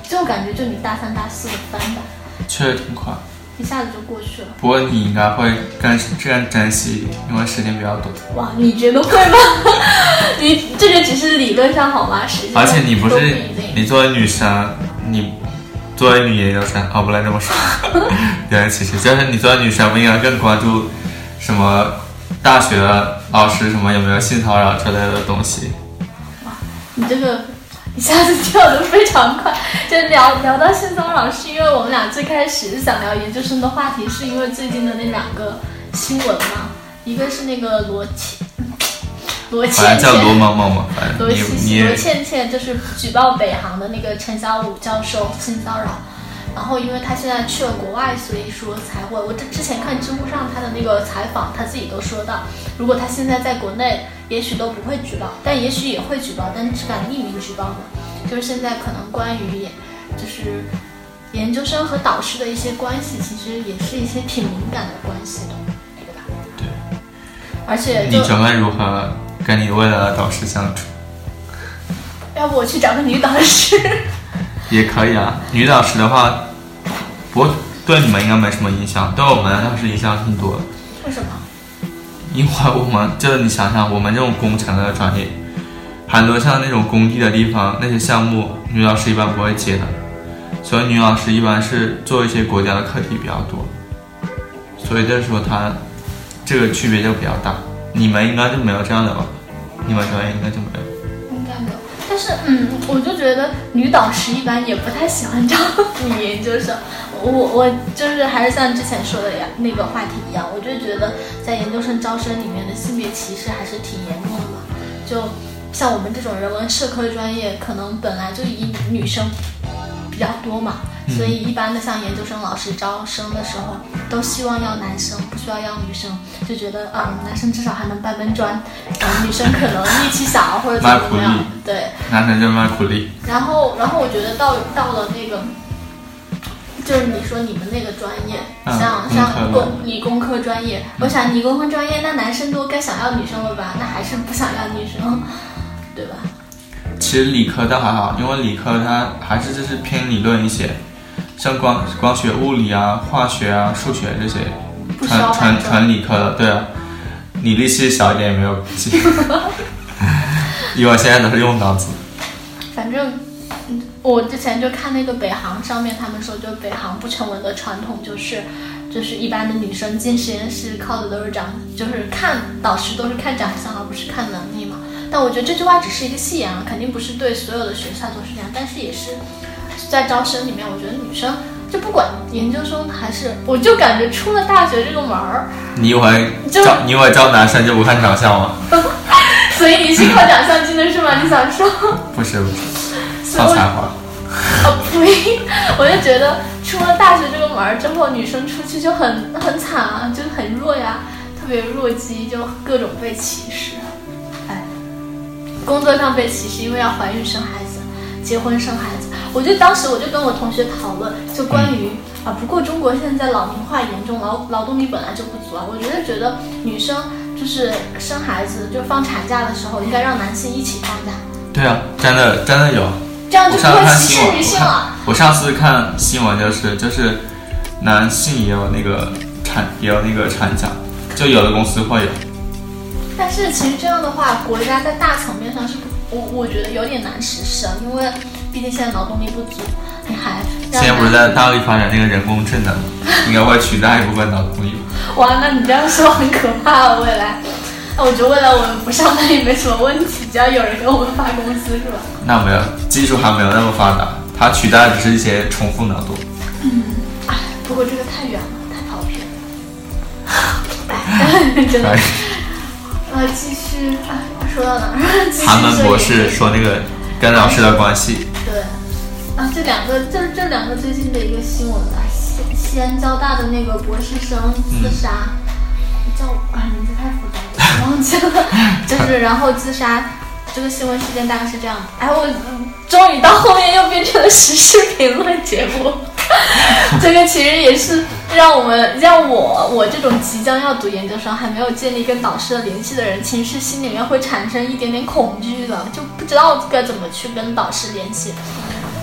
就感觉就你大三大四的翻吧， 确实挺快， 一下子就过去了。 不过你应该会更更珍惜，因为时间比较短。 哇，你觉得会吗？你这个只是理论上好吗？实际上而且你不是都一定你作为女生，你作为女研究生，哦，不能这么说，有人歧视，就是你作为女生不应该更关注什么大学老师什么有没有性骚扰之类的东西。 哇，你这个一下子跳得非常快，就聊聊到性骚扰，是因为我们俩最开始想聊研究生的话题，是因为最近的那两个新闻嘛，一个是那个罗倩，罗倩倩， 反正叫罗某某嘛，反正罗你你罗倩倩就是举报北航的那个陈小武教授性骚扰。然后因为他现在去了国外，所以说才会。我之前看知乎上他的那个采访，他自己都说到，如果他现在在国内，也许都不会举报，但也许也会举报，但只敢匿名举报嘛。就是现在可能关于就是研究生和导师的一些关系，其实也是一些挺敏感的关系的，对吧？ 对。 而且你准备如何跟你未来的导师相处？ 要不我去找个女导师？ 也可以啊，女导师的话，不过对你们应该没什么影响，对我们倒是影响挺多的。 为什么？ 因为我们就是你想想，我们这种工程的专业，很多像那种工地的地方，那些项目女老师一般不会接的，所以女老师一般是做一些国家的课题比较多，所以就是说她这个区别就比较大。你们应该就没有这样的吧？你们专业应该就没有。 应该没有。但是，嗯，我就觉得女导师一般也不太喜欢招女研究生。我我就是还是像之前说的呀那个话题一样，我就觉得在研究生招生里面的性别歧视还是挺严重的嘛。就像我们这种人文社科专业，可能本来就以女生比较多嘛，所以一般的像研究生老师招生的时候，都希望要男生，不需要要女生，就觉得啊、嗯，男生至少还能搬搬砖，嗯，女生可能力气小或者怎么样，对， 男生就卖苦力。 然后，然后我觉得到到了那个，就是你说你们那个专业， 嗯、 像像工理工科专业，嗯、我想理工科专业那男生都该想要女生了吧？那还是不想要女生，对吧？ 其实理科倒还好，因为理科它还是就是偏理论一些，像光光学、物理啊、化学啊、数学这些，纯纯纯理科的，对啊，你力气小一点也没有关系，因为现在都是用脑子。 反正我之前就看那个北航上面，他们说就北航不成文的传统就是，就是一般的女生进实验室靠的都是长，就是看导师都是看长相而不是看能力嘛。但我觉得这句话只是一个戏言啊，肯定不是对所有的学校都是这样，但是也是在招生里面，我觉得女生就不管研究生还是，我就感觉出了大学这个门儿， 你以为招你以为招男生就不看长相吗？ 所以你是靠长相进的是吗？你想说？ 不是不是，靠才华。 哦呸！我就觉得出了大学这个门儿之后，女生出去就很很惨啊，就很弱呀，特别弱鸡，就各种被歧视。哎，工作上被歧视，因为要怀孕生孩子，结婚生孩子。我就当时我就跟我同学讨论，就关于、嗯、啊，不过中国现在老龄化严重，劳劳动力本来就不足啊。我觉得觉得女生就是生孩子就放产假的时候，应该让男性一起放假。 对啊，真的真的有。 这样就不会歧视女性了。 我上次看新闻就是就是男性也有那个产也有那个产假，就有的公司会有。 但是其实这样的话，国家在大层面上是我我觉得有点难实施啊，因为毕竟现在劳动力不足，你还现在不是在大力发展那个人工智能吗？应该会取代一部分劳动力。 哇，那你这样说很可怕啊，未来。我觉得未来我们不上班也没什么问题，只要有人给我们发工资是吧？ 那没有，技术还没有那么发达，它取代的只是一些重复劳动。 嗯，哎，不过这个太远了，太跑偏了。哎，真的。呃，继续，啊，说到哪儿？ 韩门博士说那个跟老师的关系。 对，啊，这两个，这这两个最近的一个新闻吧，西西安交大的那个博士生自杀。嗯叫啊，名字太复杂了，忘记了。就是然后自杀，这个新闻事件大概是这样的。哎，我、嗯、终于到后面又变成了时事评论节目。这个其实也是让我们让我我这种即将要读研究生还没有建立跟导师的联系的人，其实心里面会产生一点点恐惧的，就不知道该怎么去跟导师联系。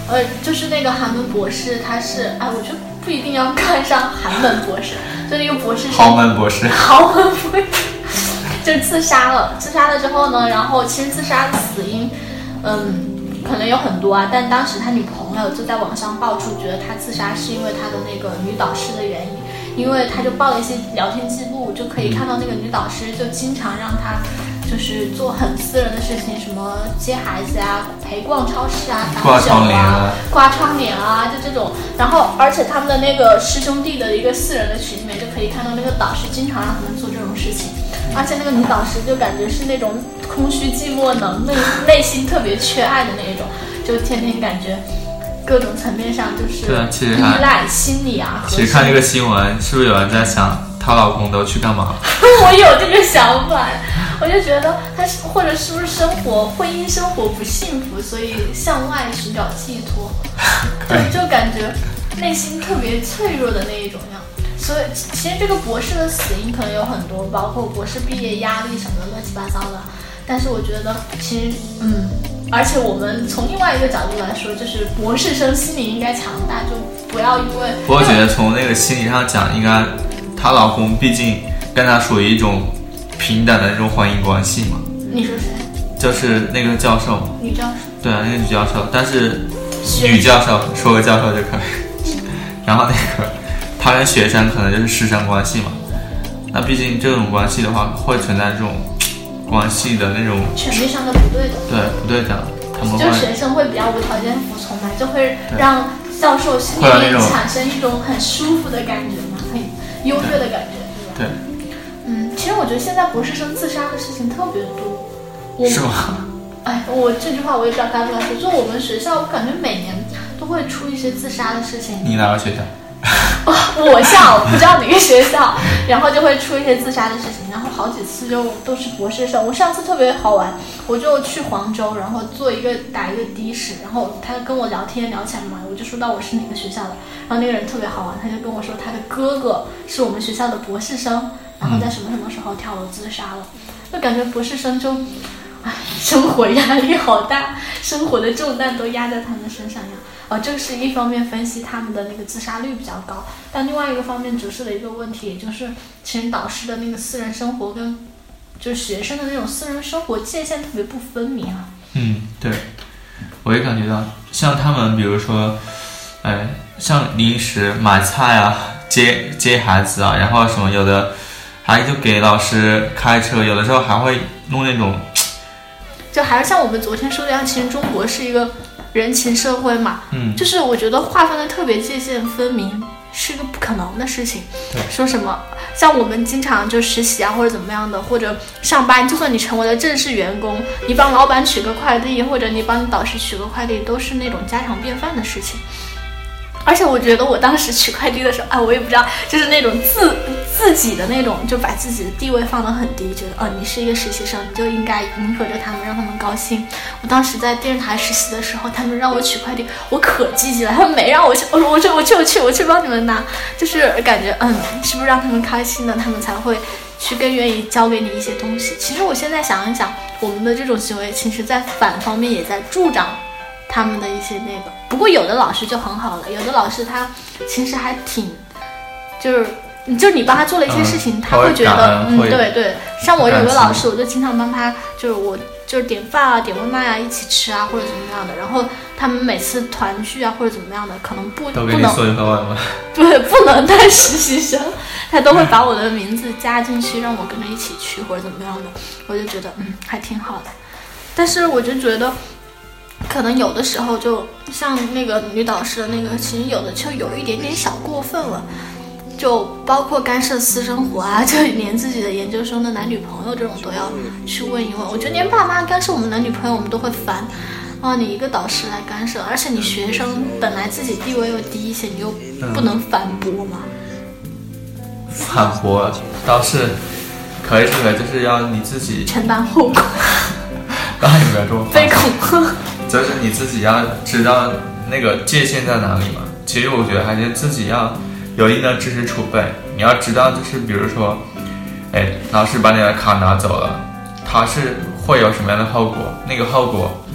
呃，就是那个寒门博士，他是哎，我觉得不一定要看上寒门博士，就那个博士豪门博士， 豪门博士就自杀了。自杀了之后呢，然后其实自杀的死因，嗯。可能有很多啊，但当时他女朋友就在网上爆出，觉得他自杀是因为他的那个女导师的原因，因为他就报了一些聊天记录，就可以看到那个女导师就经常让他就是做很私人的事情，什么接孩子啊、陪逛超市啊、 挂窗帘啊、 挂窗帘啊，就这种。然后，而且他们的那个师兄弟的一个私人的群里面，就可以看到那个导师经常让他们做这种事情。而且那个女导师就感觉是那种空虚寂寞冷，内内心特别缺爱的那一种，就天天感觉各种层面上就是依赖心理啊。 其实看这个新闻，是不是有人在想她老公都去干嘛？ 我有这个想法，我就觉得她是或者是不是生活婚姻生活不幸福，所以向外寻找寄托，就就感觉内心特别脆弱的那一种样。所以其实这个博士的死因可能有很多，包括博士毕业压力什么的乱七八糟的。但是我觉得其实嗯，而且我们从另外一个角度来说，就是博士生心理应该强大，就不要因为。 我觉得从那个心理上讲，应该她老公毕竟跟她属于一种平等的那种婚姻关系嘛。 你说谁？ 就是那个教授。 女教授。 对啊，那个女教授，但是女教授说个教授就可以。然后那个。他跟学生可能就是师生关系嘛，那毕竟这种关系的话，会存在这种关系的那种权利上的不对等， 对不对等，他们就学生会比较无条件服从嘛，就会让教授心里面产生一种很舒服的感觉嘛，很优越的感觉， 对吧？ 对，嗯，其实我觉得现在博士生自杀的事情特别多，我是吗？ 哎，我这句话我也不知道该不该说，就我们学校，我感觉每年都会出一些自杀的事情。 你哪个学校？ 我校不知道哪个学校，然后就会出一些自杀的事情，然后好几次就都是博士生。我上次特别好玩，我就去黄州，然后做一个打一个的士，然后他跟我聊天聊起来嘛，我就说到我是哪个学校的，然后那个人特别好玩，他就跟我说他的哥哥是我们学校的博士生，然后在什么什么时候跳楼自杀了，就感觉博士生就，唉，生活压力好大，生活的重担都压在他们身上一样。哦，这是一方面分析他们的那个自杀率比较高，但另外一个方面折射的一个问题，也就是其实导师的那个私人生活跟就是学生的那种私人生活界限特别不分明啊。 嗯，对，我也感觉到，像他们比如说，哎，像临时买菜啊，接接孩子啊，然后什么有的还就给老师开车，有的时候还会弄那种， 就还是像我们昨天说的一样，其实中国是一个人情社会嘛， 嗯， 就是我觉得划分的特别界限分明是一个不可能的事情。 对， 说什么像我们经常就实习啊或者怎么样的，或者上班，就算你成为了正式员工，你帮老板取个快递，或者你帮你导师取个快递，都是那种家常便饭的事情。而且我觉得我当时取快递的时候，哎，我也不知道，就是那种自自己的那种，就把自己的地位放得很低，觉得哦，你是一个实习生，你就应该迎合着他们，让他们高兴。我当时在电视台实习的时候，他们让我取快递，我可积极了，他们没让我去，我说我去我去我去我去帮你们拿，就是感觉嗯，是不是让他们开心了，他们才会去更愿意交给你一些东西。其实我现在想一想，我们的这种行为，其实在反方面也在助长他们的一些那个。不过有的老师就很好了，有的老师他其实还挺，就是就是你帮他做了一些事情，嗯、他会觉得嗯对对，像我有个老师，我就经常帮他，就是我就是点饭啊、点外卖啊、一起吃啊或者怎么样的，然后他们每次团聚啊或者怎么样的，可能不都给你送一盒外卖， 对，不能带实习生，他都会把我的名字加进去，让我跟着一起去或者怎么样的，我就觉得嗯还挺好的，但是我就觉得。可能有的时候就像那个女导师的那个，其实有的就有一点点小过分了，就包括干涉私生活啊，就连自己的研究生的男女朋友这种都要去问一问。我觉得连爸妈干涉我们男女朋友我们都会烦啊，你一个导师来干涉，而且你学生本来自己地位又低一些，你又不能反驳吗？ 反驳倒是可以，可以，就是要你自己承担后果。 当然你不要这么悲恐。 就是你自己要知道那个界限在哪里嘛。其实我觉得还是自己要有一定的知识储备，你要知道，就是比如说，哎，老师把你的卡拿走了，它是会有什么样的后果？那个后果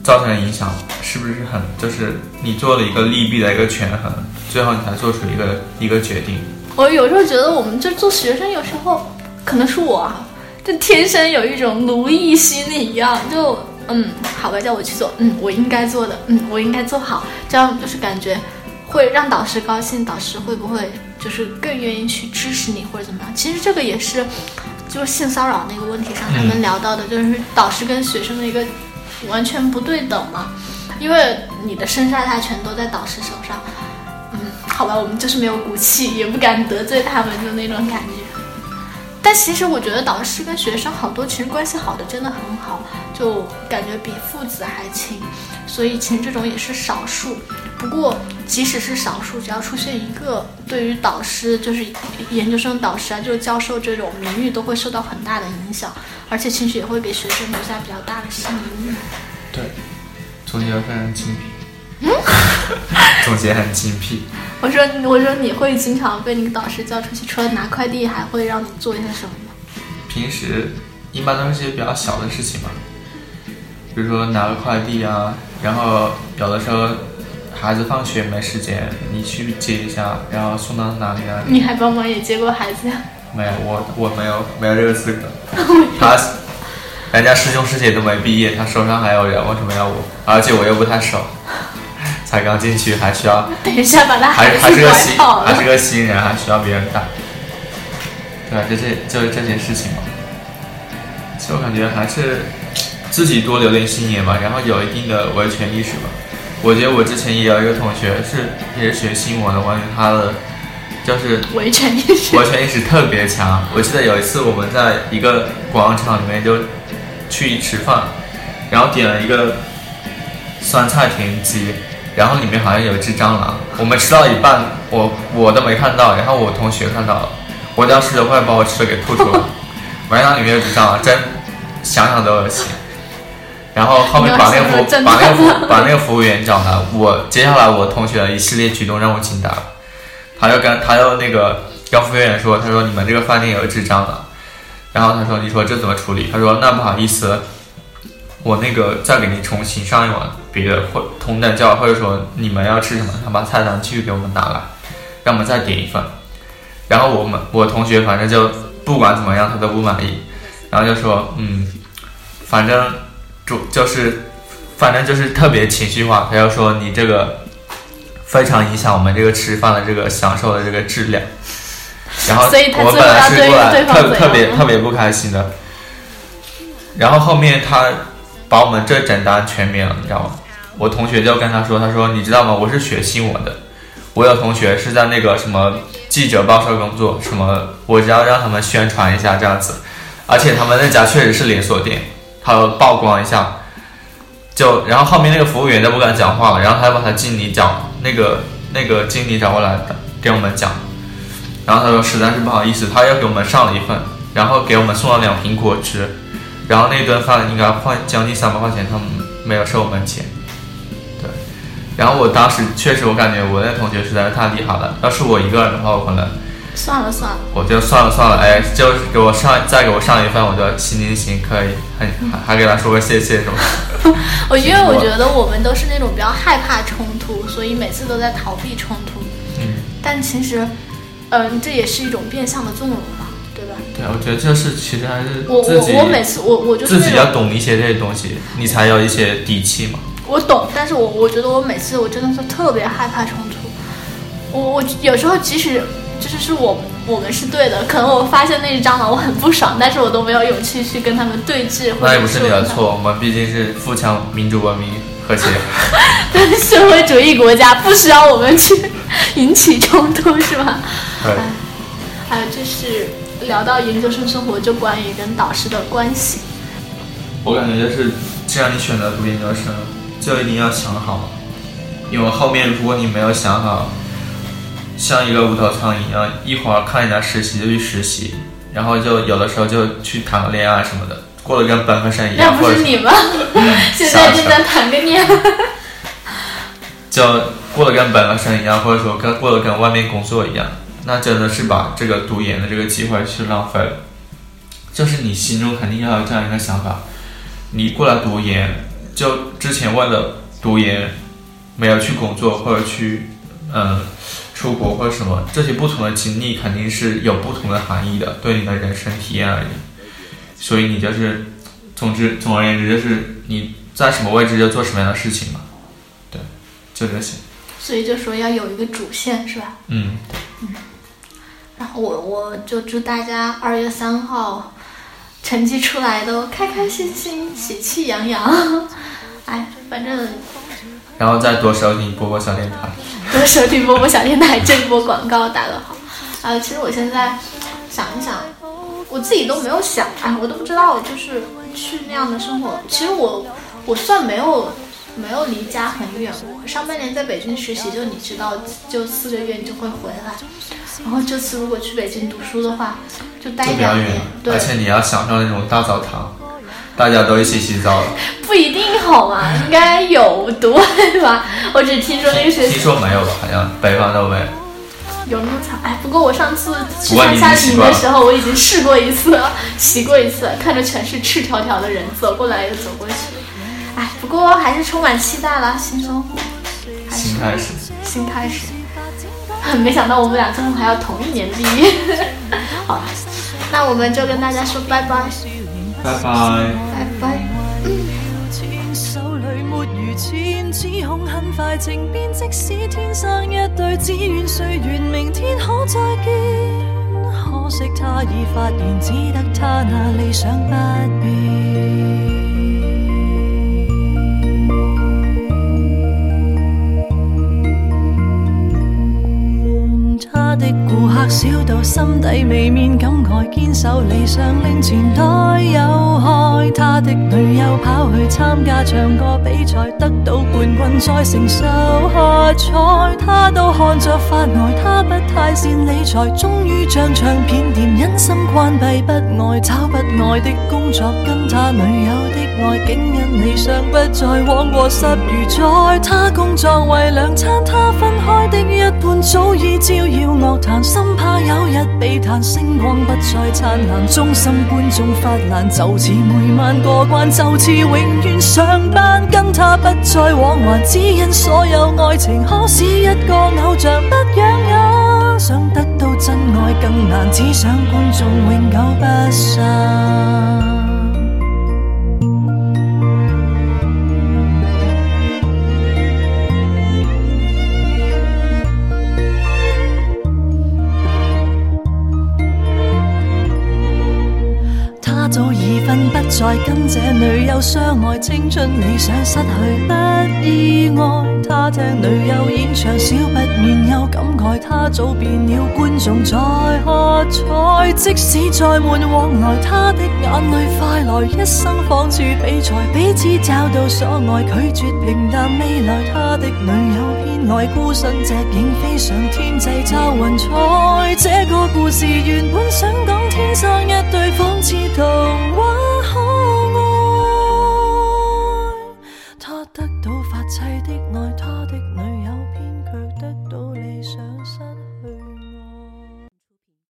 造成的影响是不是很，就是你做了一个利弊的一个权衡，最后你才做出一个一个决定。 我有时候觉得我们就做学生，有时候可能是我啊，就天生有一种奴役心理一样，就嗯，好吧，叫我去做，嗯，我应该做的，嗯，我应该做好，这样就是感觉会让导师高兴，导师会不会就是更愿意去支持你或者怎么样？其实这个也是就是性骚扰那个问题上他们聊到的，嗯、就是导师跟学生的一个完全不对等嘛，因为你的生杀大权都在导师手上。嗯，好吧，我们就是没有骨气，也不敢得罪他们的那种感觉。但其实我觉得导师跟学生好多其实关系好的真的很好，就感觉比父子还亲，所以其实这种也是少数。不过即使是少数，只要出现一个，对于导师就是研究生导师啊，就是教授这种名誉都会受到很大的影响，而且其实也会给学生留下比较大的心理阴影。 对，总结非常精辟。嗯，总结很精辟。 我说，我说你会经常被你导师叫出去，除了拿快递，还会让你做一些什么吗？ 平时一般都是些比较小的事情嘛，比如说拿个快递啊，然后有的时候孩子放学没时间，你去接一下，然后送到哪里啊？ 你还帮忙也接过孩子呀？ 没有，我我没有没有这个资格。他人家师兄师姐都没毕业，他手上还有人，为什么要我？而且我又不太熟。才刚进去，还需要等一下把他还还是个新还是个新人，还需要别人带。对，这些就是这些事情嘛。所以我感觉还是自己多留点心眼吧，然后有一定的维权意识吧。我觉得我之前也有一个同学是也是学新闻的，关于他的就是维权意识， 维权意识特别强。我记得有一次我们在一个广场里面就去吃饭，然后点了一个酸菜田鸡。然后里面好像有一只蟑螂，我们吃到一半，我我都没看到，然后我同学看到了，我当时都快把我吃的给吐出来，没想到里面有只蟑螂，真想想都恶心。然后后面把那个服把那个服把那个服务员找来，我接下来我同学的一系列举动让我惊呆了，他又跟他又那个跟服务员说，他说你们这个饭店有一只蟑螂，然后他说你说这怎么处理？他说那不好意思。我那个再给你重新上一碗别的或同等价，或者说你们要吃什么，他把菜单继续给我们拿来，让我们再点一份。然后我们我同学反正就不管怎么样他都不满意，然后就说嗯，反正就就是反正就是特别情绪化，他就说你这个非常影响我们这个吃饭的这个享受的这个质量。然后我本来是过来特特别特别不开心的，然后后面他。把我们这整单全免了，你知道吗？我同学就跟他说，他说你知道吗？我是学新闻的，我有同学是在那个什么记者报社工作，什么我只要让他们宣传一下这样子，而且他们那家确实是连锁店，他要曝光一下，就然后后面那个服务员都不敢讲话了，然后他把他经理找那个那个经理找过来给我们讲，然后他说实在是不好意思，他又给我们上了一份，然后给我们送了两瓶果汁。然后那顿饭应该换将近三百块钱，他们没有收我们钱。对，然后我当时确实我感觉我那同学实在是太厉害了，要是我一个人的话，我可能算了算了， 我就算了算了，哎，就给我上再给我上一份，我就行行行可以，还还给他说个谢谢什么。 我因为我觉得我们都是那种比较害怕冲突，所以每次都在逃避冲突。嗯，但其实，嗯，这也是一种变相的纵容吧。 对，我觉得这是其实还是自己我我我每次我我就是自己要懂一些这些东西，你才有一些底气嘛。 我懂，但是我我觉得我每次我真的是特别害怕冲突。我我有时候即使就是是我我们是对的，可能我发现那只蟑螂我很不爽，但是我都没有勇气去跟他们对峙。 那也不是你的错，我们毕竟是富强民主文明和谐社会主义国家，不需要我们去引起冲突，是吧？ 对。 还有就是聊到研究生生活，就关于跟导师的关系。 我感觉就是，既然你选择读研究生，就一定要想好，因为后面如果你没有想好，像一个无头苍蝇一样，一会儿看人家实习就去实习，然后就有的时候就去谈个恋爱什么的，过得跟本科生一样。 那不是你吗？现在正在谈个恋爱。 就过得跟本科生一样，或者说跟过得跟外面工作一样。那真的是把这个读研的这个机会去浪费了。就是你心中肯定要有这样一个想法，你过来读研， 就之前为了读研没有去工作或者去嗯出国或者什么，这些不同的经历肯定是有不同的含义的，对你的人生体验而言。所以你就是总之总而言之就是你在什么位置就做什么样的事情嘛，对，就这些。 所以就说要有一个主线是吧？ 嗯嗯。然后我我就祝大家二月三号成绩出来都开开心心、喜气洋洋。哎，反正。 然后再多收听波波小电台。 多收听波波小电台，这一波广告打得好。啊，其实我现在想一想，我自己都没有想，哎，我都不知道，就是去那样的生活。其实我我算没有。没有离家很远，我上半年在北京实习，就你知道，就四个月你就会回来。然后这次如果去北京读书的话，就待两年，对， 而且你要享受那种大澡堂，大家都一起洗澡。 不一定好吗？应该有对吧？我只听说那个学听说没有吧？好像北方都没有。 有那么惨？哎，不过我上次去参加营的时候，我已经试过一次了，洗过一次，看着全是赤条条的人走过来又走过去。哎，不过还是充满期待啦，新生活， 新开始， 新开始。没想到我们俩最后还要同一年毕业。好了，那我们就跟大家说拜拜， 拜拜， 拜拜。 手裏沒如前，指控很快情變，即使天生一對，只願歲月明天可再見。可惜他已發現，只得他那理想不變。他的顧客少到心底未免感慨，堅守理想令錢袋有害。他的女友跑去參加唱歌比賽，得到冠軍再承受喝彩，他都看着發呆。他不太善理財，終於將唱片店因心關閉，不愛找不愛的工作，跟他女友的愛竟因理想不再枉過十餘載。他工作為兩餐，他分開的一半早已照耀樂壇，生怕有日被彈，星光不再燦爛，忠心觀眾發難，就似每晚過慣，就似永遠上班，跟他不再往還，只因所有愛情可使一個偶像不養眼，想得到真愛更難，只想觀眾永久不散。早已分不再跟這女友相愛，青春理想失去不意外。他聽女友演唱少不免有感慨，他早變了觀眾在喝彩，即使再沒往來，他的眼淚快來，一生仿似比賽，彼此找到所愛，拒絕平淡未來。他的女友偏愛孤身隻影飛上天際找雲彩，這個故事原本想講天生一對，仿似童話可愛。他得到發妻的愛，他的女